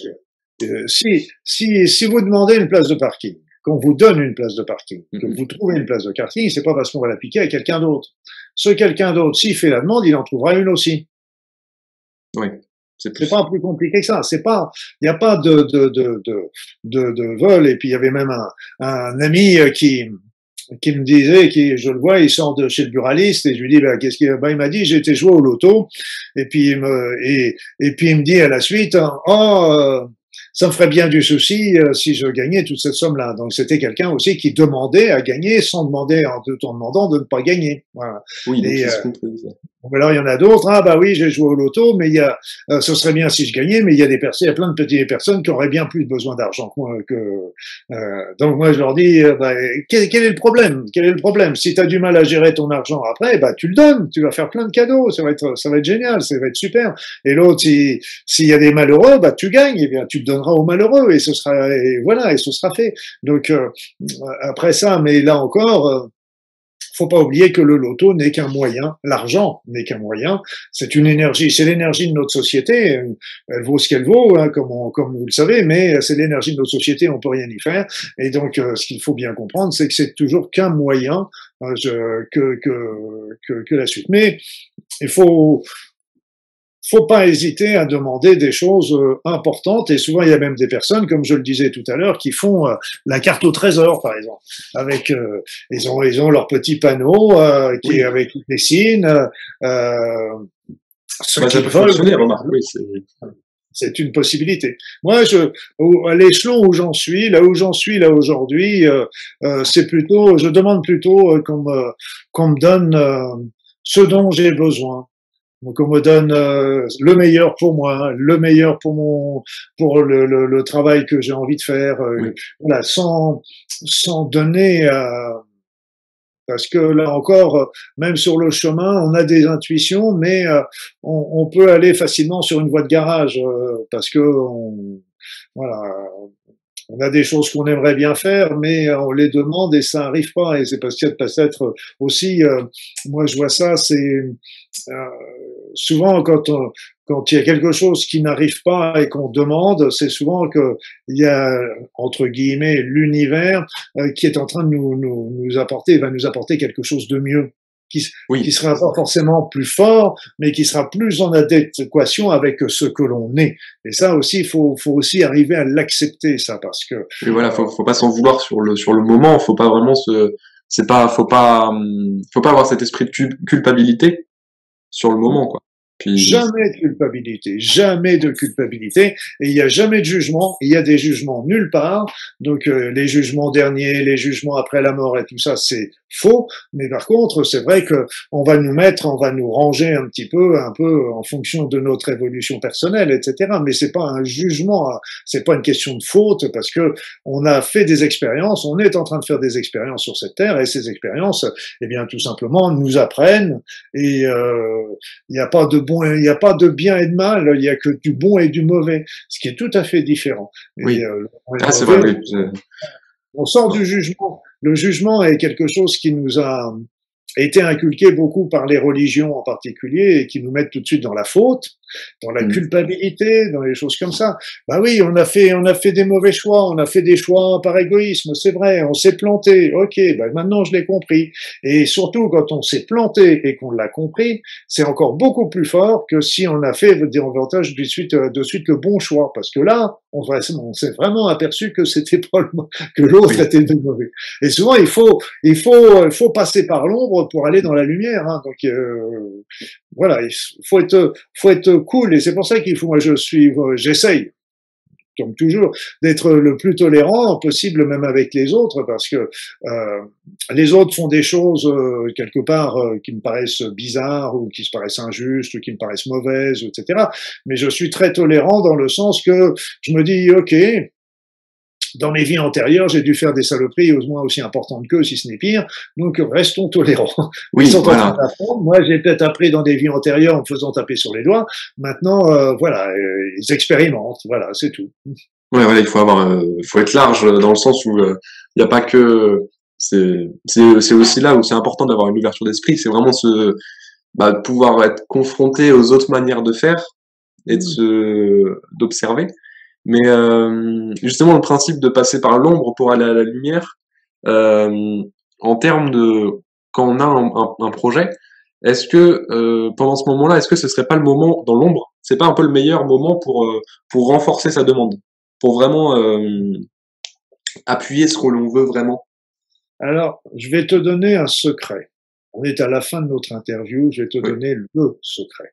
si vous demandez une place de parking, qu'on vous donne une place de parking, que vous trouvez une place de parking, c'est pas parce qu'on va la piquer à quelqu'un d'autre. Ce quelqu'un d'autre, s'il fait la demande, il en trouvera une aussi. Oui. C'est pas plus compliqué que ça. Il n'y a pas de vol. Et puis il y avait même un ami qui me disait, je le vois, il sort de chez le buraliste et je lui dis, qu'est-ce qu'il il m'a dit, j'ai été jouer au loto. Et puis il me dit à la suite, ça me ferait bien du souci si je gagnais toute cette somme-là. Donc c'était quelqu'un aussi qui demandait à gagner sans demander, en demandant de ne pas gagner. Voilà. Oui, donc alors il y en a d'autres. Oui, j'ai joué au loto, mais ce serait bien si je gagnais, mais il y a plein de petites personnes qui auraient bien plus besoin d'argent que moi. Donc moi je leur dis, quel est le problème? Quel est le problème? Si tu as du mal à gérer ton argent après, tu le donnes, tu vas faire plein de cadeaux, ça va être génial, ça va être super. Et l'autre, s'il y a des malheureux, tu gagnes, et bien tu te donneras aux malheureux et ce sera fait. Donc après ça, mais là encore. Faut pas oublier que le loto n'est qu'un moyen, l'argent n'est qu'un moyen, c'est une énergie, c'est l'énergie de notre société, elle vaut ce qu'elle vaut, comme vous le savez, mais c'est l'énergie de notre société, on peut rien y faire, et donc ce qu'il faut bien comprendre, c'est que c'est toujours qu'un moyen que la suite. Mais il faut pas hésiter à demander des choses importantes, et souvent il y a même des personnes, comme je le disais tout à l'heure, qui font la carte au trésor, par exemple, avec ils ont leur petit panneau qui est avec les signes. Ça peut fonctionner, remarque. Oui, c'est une possibilité. Moi, à l'échelon où j'en suis, là aujourd'hui, c'est plutôt, je demande plutôt qu'on me donne ce dont j'ai besoin. Donc on me donne le meilleur pour moi, le meilleur pour le travail que j'ai envie de faire, voilà, sans donner parce que là encore, même sur le chemin, on a des intuitions, mais on peut aller facilement sur une voie de garage parce que voilà, on a des choses qu'on aimerait bien faire, mais on les demande et ça arrive pas. Et c'est parce qu'il y a peut-être aussi, moi je vois ça, c'est souvent quand il y a quelque chose qui n'arrive pas et qu'on demande, c'est souvent que il y a entre guillemets l'univers qui est en train de nous apporter, va nous apporter quelque chose de mieux. Qui sera pas forcément plus fort, mais qui sera plus en adéquation avec ce que l'on est. Et ça aussi, faut aussi arriver à l'accepter, ça, parce que. Oui, voilà, faut pas s'en vouloir sur le moment, faut pas vraiment faut pas avoir cet esprit de culpabilité sur le moment, quoi. Puis... Jamais de culpabilité, et il n'y a jamais de jugement, il y a des jugements nulle part, donc les jugements derniers, les jugements après la mort et tout ça, c'est faux, mais par contre, c'est vrai que on va nous ranger un peu en fonction de notre évolution personnelle, etc. Mais c'est pas un jugement, c'est pas une question de faute, parce que on a fait des expériences, on est en train de faire des expériences sur cette terre, et ces expériences, eh bien, tout simplement, nous apprennent, et il n'y a pas de bon, il n'y a pas de bien et de mal, il y a que du bon et du mauvais, ce qui est tout à fait différent. Oui. Et C'est vrai, oui. on sort du jugement. Le jugement est quelque chose qui nous a été inculqué beaucoup par les religions en particulier et qui nous mettent tout de suite dans la faute, dans la culpabilité, dans les choses comme ça. Bah oui, on a fait des mauvais choix, on a fait des choix par égoïsme, c'est vrai, on s'est planté. Ok, bah maintenant je l'ai compris. Et surtout quand on s'est planté et qu'on l'a compris, c'est encore beaucoup plus fort que si on a fait davantage de suite le bon choix, parce que là, on s'est vraiment aperçu que c'était pas que l'autre était le mauvais. Et souvent il faut passer par l'ombre pour aller dans la lumière. Hein. Donc voilà, il faut être cool, et c'est pour ça qu'il faut, moi j'essaye, comme toujours, d'être le plus tolérant possible, même avec les autres, parce que les autres font des choses quelque part qui me paraissent bizarres, ou qui me paraissent injustes, ou qui me paraissent mauvaises, etc. Mais je suis très tolérant dans le sens que je me dis, ok, dans mes vies antérieures, j'ai dû faire des saloperies au moins aussi importantes qu'eux, si ce n'est pire. Donc, restons tolérants. Oui, ils sont voilà. en train d'apprendre. Moi, j'ai peut-être appris dans des vies antérieures en me faisant taper sur les doigts. Maintenant, voilà, ils expérimentent. Voilà, c'est tout. Ouais, il faut faut être large dans le sens où il n'y a pas que, c'est aussi là où c'est important d'avoir une ouverture d'esprit. C'est vraiment de pouvoir être confronté aux autres manières de faire et d'observer. Mais justement, le principe de passer par l'ombre pour aller à la lumière, en termes de quand on a un projet, est-ce que pendant ce moment-là, est-ce que ce serait pas le moment dans l'ombre, c'est pas un peu le meilleur moment pour renforcer sa demande, pour vraiment appuyer ce que l'on veut vraiment? Alors, je vais te donner un secret. On est à la fin de notre interview. Je vais te donner le secret.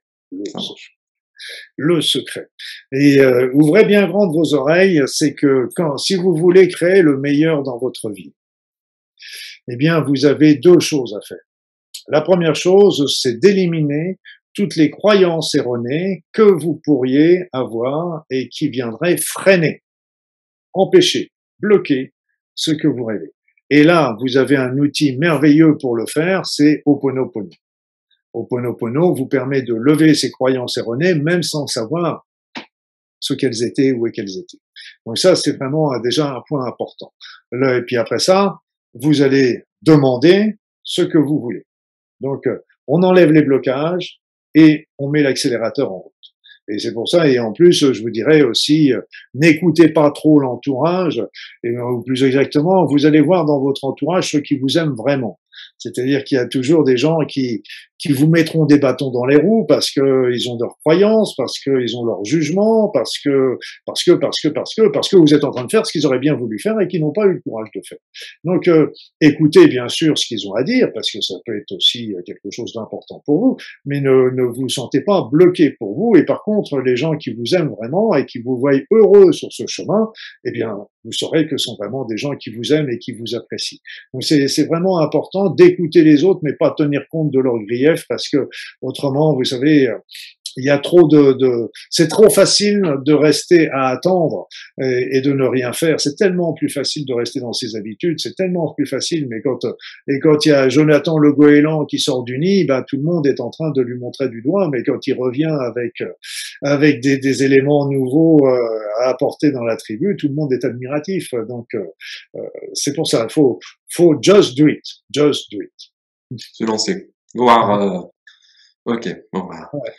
Le secret. Et ouvrez bien grandes vos oreilles, c'est que si vous voulez créer le meilleur dans votre vie, eh bien, vous avez deux choses à faire. La première chose, c'est d'éliminer toutes les croyances erronées que vous pourriez avoir et qui viendraient freiner, empêcher, bloquer ce que vous rêvez. Et là, vous avez un outil merveilleux pour le faire, c'est Ho'oponopono. Ho'oponopono vous permet de lever ces croyances erronées, même sans savoir ce qu'elles étaient, où qu'elles étaient. Donc ça, c'est vraiment déjà un point important. Et puis après ça, vous allez demander ce que vous voulez. Donc, on enlève les blocages et on met l'accélérateur en route. Et c'est pour ça, et en plus, je vous dirais aussi, n'écoutez pas trop l'entourage, ou plus exactement, vous allez voir dans votre entourage ceux qui vous aiment vraiment. C'est-à-dire qu'il y a toujours des gens qui vous mettront des bâtons dans les roues parce que ils ont leurs croyances, parce qu'ils ont leur jugement, parce que vous êtes en train de faire ce qu'ils auraient bien voulu faire et qu'ils n'ont pas eu le courage de faire. Donc, écoutez bien sûr ce qu'ils ont à dire, parce que ça peut être aussi quelque chose d'important pour vous, mais ne vous sentez pas bloqué pour vous. Et par contre, les gens qui vous aiment vraiment et qui vous voient heureux sur ce chemin, eh bien, vous saurez que ce sont vraiment des gens qui vous aiment et qui vous apprécient. Donc, c'est vraiment important d'écouter les autres, mais pas tenir compte de leurs griefs, parce que autrement, vous savez, il y a trop c'est trop facile de rester à attendre et de ne rien faire. C'est tellement plus facile de rester dans ses habitudes, c'est tellement plus facile. Mais quand il y a Jonathan Le Goéland qui sort du nid, ben tout le monde est en train de lui montrer du doigt. Mais quand il revient avec des éléments nouveaux à apporter dans la tribu, tout le monde est admiratif. Donc c'est pour ça, faut just do it, just do it. Se lancer, voir. Ok, bon bah. Ouais.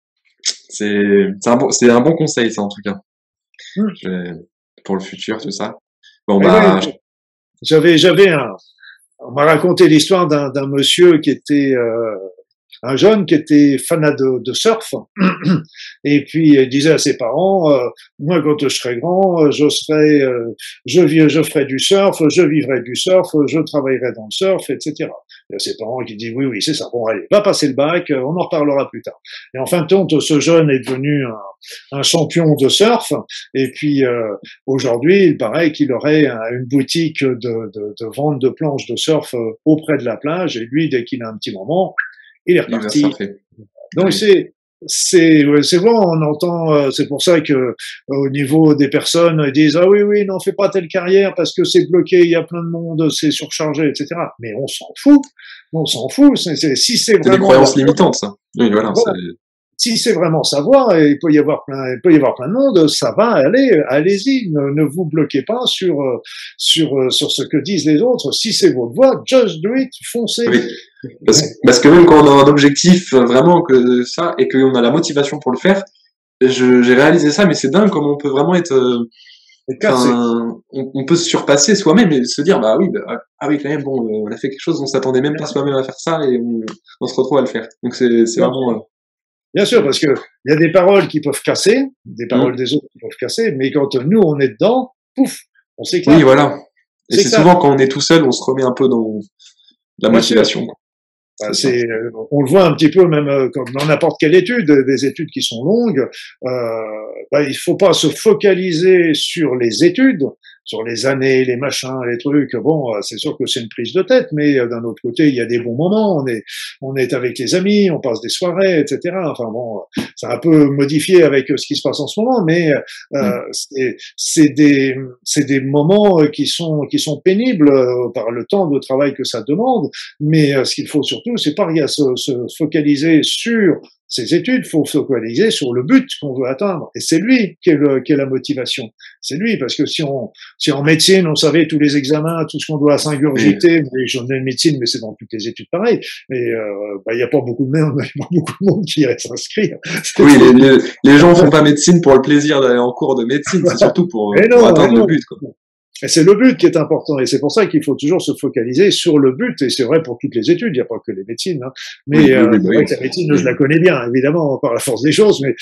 C'est un bon conseil, ça, en tout cas. Pour le futur, tout ça. Bon, bah. Oui. On m'a raconté l'histoire d'un monsieur qui était un jeune qui était fanat de surf, et puis il disait à ses parents, moi quand je serai grand, je ferai du surf, je vivrai du surf, je travaillerai dans le surf, etc. Il y a ses parents qui disent oui, oui, c'est ça, bon allez, va passer le bac, on en reparlera plus tard. Et en fin de compte, ce jeune est devenu un champion de surf, et puis aujourd'hui, il paraît qu'il aurait une boutique de vente de planches de surf auprès de la plage, et lui, dès qu'il a un petit moment, il est reparti. Donc oui. c'est bon, on entend, c'est pour ça que au niveau des personnes, ils disent ah oui oui, non, fais pas telle carrière parce que c'est bloqué, il y a plein de monde, c'est surchargé, etc. Mais on s'en fout. Si c'est C'est des vraiment croyances limitantes, ça. Oui, voilà. voilà, si c'est vraiment sa voie, et il peut y avoir plein de monde, ça va aller, allez-y, ne vous bloquez pas sur ce que disent les autres. Si c'est votre voie, just do it, foncez. Oui. Parce que même quand on a un objectif vraiment que ça et qu'on a la motivation pour le faire, j'ai réalisé ça, mais c'est dingue comment on peut vraiment être, enfin, on peut se surpasser soi-même et se dire bah oui, ah oui quand même bon, on a fait quelque chose, on s'attendait même pas soi-même à faire ça et on se retrouve à le faire. Donc c'est vraiment Bien sûr, parce que il y a des paroles qui peuvent casser, des paroles des autres qui peuvent casser, mais quand nous on est dedans, pouf, on s'éclate. oui voilà. Et c'est souvent quand on est tout seul, on se remet un peu dans la motivation. On le voit un petit peu même comme dans n'importe quelle étude, des études qui sont longues. Il faut pas se focaliser sur les études, sur les années, les machins, les trucs. Bon, c'est sûr que c'est une prise de tête, mais d'un autre côté, il y a des bons moments. On est avec les amis, on passe des soirées, etc. Enfin bon, c'est un peu modifié avec ce qui se passe en ce moment, mais c'est des moments qui sont pénibles par le temps de travail que ça demande. Mais ce qu'il faut surtout, c'est pas se focaliser sur ces études, il faut se focaliser sur le but qu'on veut atteindre. Et c'est lui qui est la motivation. C'est lui, parce que si en médecine, on savait tous les examens, tout ce qu'on doit s'ingurgiter, j'en ai une médecine, mais c'est dans toutes les études pareil. Et il y a pas beaucoup de monde qui irait s'inscrire. Oui, les gens font pas médecine pour le plaisir d'aller en cours de médecine, c'est surtout pour atteindre le but, quoi. Et c'est le but qui est important, et c'est pour ça qu'il faut toujours se focaliser sur le but, et c'est vrai pour toutes les études, il n'y a pas que les médecines, hein. Mais c'est vrai que la médecine, je la connais bien, évidemment, par la force des choses, mais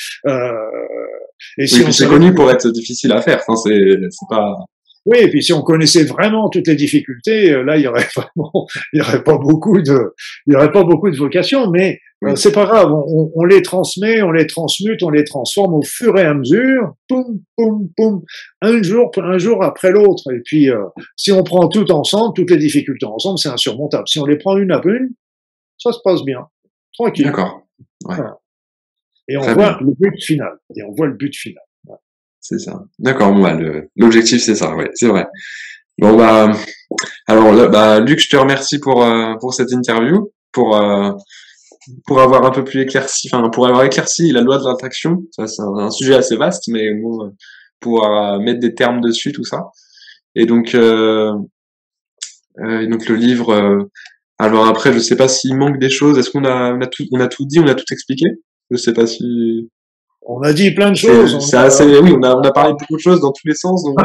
et si c'est connu pour être difficile à faire, enfin, c'est pas... Oui, et puis si on connaissait vraiment toutes les difficultés, là, il y aurait pas beaucoup de vocations, mais c'est pas grave, on les transmet, on les transmute, on les transforme au fur et à mesure, poum, poum, poum, un jour après l'autre. Et puis, si on prend tout ensemble, toutes les difficultés ensemble, c'est insurmontable. Si on les prend une à une, ça se passe bien, tranquille. D'accord. Ouais. Voilà. Et on voit le but final. Ouais. C'est ça. D'accord, bon, l'objectif, c'est ça, ouais, c'est vrai. Bon, alors, là, Luc, je te remercie pour cette interview, pour avoir un peu plus éclairci, enfin, pour avoir éclairci la loi de l'attraction. Ça, c'est un sujet assez vaste, mais bon, pouvoir mettre des termes dessus, tout ça. Et donc le livre, alors après, je sais pas s'il manque des choses. Est-ce qu'on a tout dit, on a tout expliqué? Je sais pas si... On a dit plein de choses. Oui, on a parlé de beaucoup de choses dans tous les sens, donc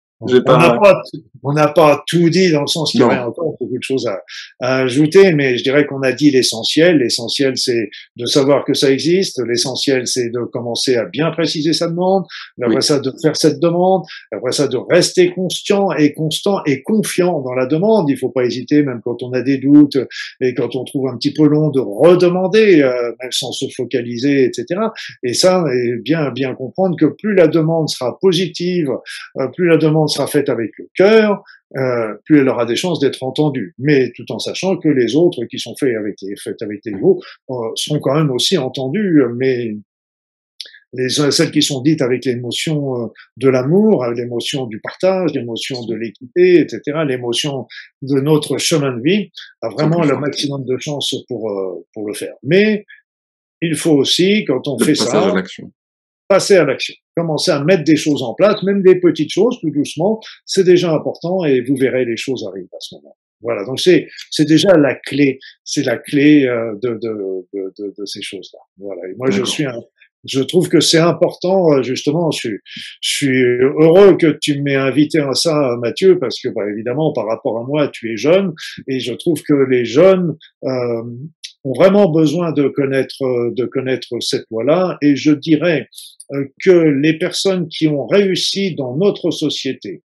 on n'a pas tout dit dans le sens qu'il y aurait encore beaucoup de choses à ajouter, mais je dirais qu'on a dit l'essentiel. L'essentiel, c'est de savoir que ça existe. L'essentiel, c'est de commencer à bien préciser sa demande. Après ça, de faire cette demande. Après ça, de rester constant et confiant dans la demande. Il faut pas hésiter, même quand on a des doutes et quand on trouve un petit peu long, de redemander, même sans se focaliser, etc. Et ça, et bien comprendre que plus la demande sera positive, plus la demande sera faite avec le cœur, plus elle aura des chances d'être entendue. Mais tout en sachant que les autres qui sont faites avec les mots seront quand même aussi entendues, mais celles qui sont dites avec l'émotion de l'amour, avec l'émotion du partage, l'émotion de l'équité, etc., l'émotion de notre chemin de vie, a vraiment le maximum de chances pour le faire. Mais il faut aussi, quand on fait ça, passer à l'action. Commencer à mettre des choses en place, même des petites choses, tout doucement, c'est déjà important et vous verrez les choses arriver à ce moment. Voilà, donc c'est déjà la clé, c'est la clé de ces choses-là. Voilà, et moi je trouve que c'est important, justement, je suis heureux que tu m'aies invité à ça, Mathieu, parce que, évidemment, par rapport à moi, tu es jeune, et je trouve que les jeunes ont vraiment besoin de connaître cette loi-là. Et je dirais que les personnes qui ont réussi dans notre société,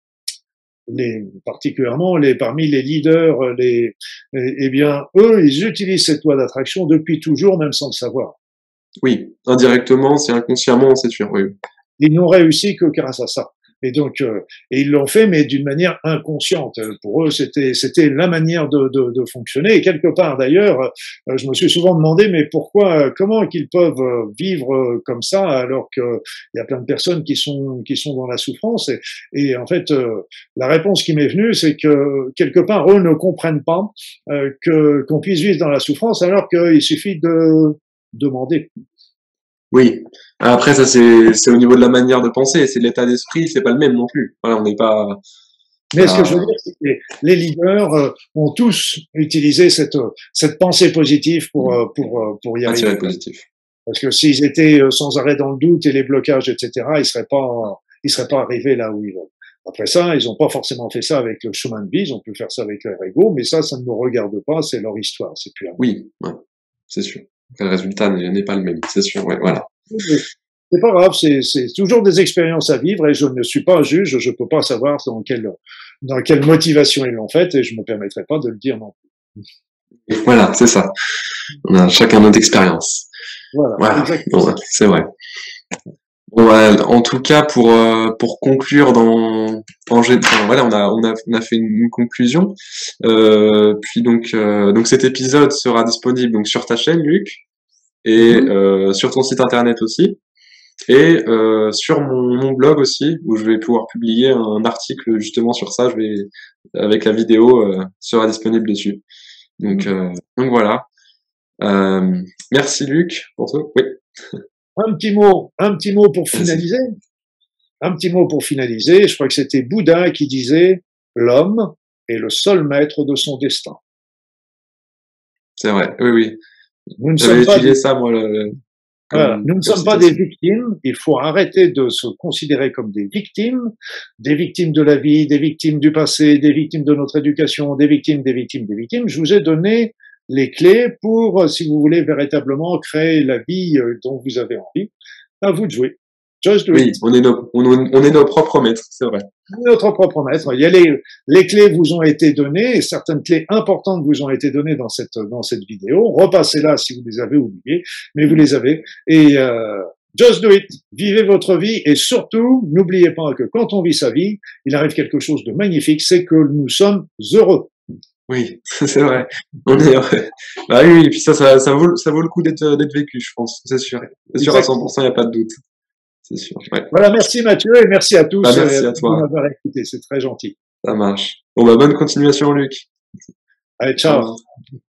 particulièrement parmi les leaders, eh bien, eux, ils utilisent cette loi d'attraction depuis toujours, même sans le savoir. Oui, indirectement, c'est inconsciemment, c'est sûr, oui. Ils n'ont réussi que grâce à ça. Et donc, et ils l'ont fait, mais d'une manière inconsciente. Pour eux, c'était la manière de fonctionner. Et quelque part, d'ailleurs, je me suis souvent demandé, mais pourquoi, comment qu'ils peuvent vivre comme ça, alors qu'il y a plein de personnes qui sont dans la souffrance. Et en fait, la réponse qui m'est venue, c'est que quelque part, eux ne comprennent pas qu'on puisse vivre dans la souffrance, alors qu'il suffit de demander. Oui. Après, ça, c'est au niveau de la manière de penser, c'est de l'état d'esprit, c'est pas le même non plus. Voilà, on n'est pas. Mais ce que je veux dire, c'est que les leaders ont tous utilisé cette pensée positive pour y arriver. Positif. Parce que s'ils étaient sans arrêt dans le doute et les blocages, etc., ils seraient pas arrivés là où ils veulent. Après ça, ils n'ont pas forcément fait ça avec le chemin de vie, ils ont pu faire ça avec leur ego, mais ça ne me regarde pas, c'est leur histoire, c'est plus un. Oui, ouais, c'est sûr. Le résultat n'est pas le même, c'est sûr, ouais, voilà. C'est pas grave, c'est toujours des expériences à vivre et je ne suis pas un juge, je peux pas savoir dans quelle motivation ils l'ont fait et je me permettrai pas de le dire non plus. Voilà, c'est ça. On a chacun notre expérience. Voilà. Ouais, c'est vrai. Bon, en tout cas, pour conclure voilà, on a fait une conclusion. Puis donc cet épisode sera disponible donc sur ta chaîne, Luc, et sur ton site internet aussi, et sur mon blog aussi, où je vais pouvoir publier un article justement sur ça. Avec la vidéo, sera disponible dessus. Donc voilà. Merci Luc pour ça. Oui. Un petit mot pour finaliser. Un petit mot pour finaliser. Je crois que c'était Bouddha qui disait « L'homme est le seul maître de son destin ». C'est vrai, oui. J'avais étudié ça, moi. Voilà. Nous ne sommes pas des victimes. Il faut arrêter de se considérer comme des victimes de la vie, des victimes du passé, des victimes de notre éducation, des victimes. Je vous ai donné les clés pour, si vous voulez véritablement créer la vie dont vous avez envie. À vous de jouer. Just do it. On est nos propres maîtres, c'est vrai. Notre propre maître. Il y a les clés vous ont été données, et certaines clés importantes vous ont été données dans cette vidéo. Repassez-la si vous les avez oubliées, mais vous les avez. Et just do it. Vivez votre vie et surtout, n'oubliez pas que quand on vit sa vie, il arrive quelque chose de magnifique, c'est que nous sommes heureux. Oui, c'est vrai. On est heureux. Bah oui, et puis ça vaut le coup d'être vécu, je pense, c'est sûr. C'est sûr à 100%, il n'y a pas de doute. C'est sûr. Ouais. Voilà, merci Mathieu et merci à tous. Merci à toi. De m'avoir écouté, c'est très gentil. Ça marche. Bon, bonne continuation, Luc. Allez, ciao.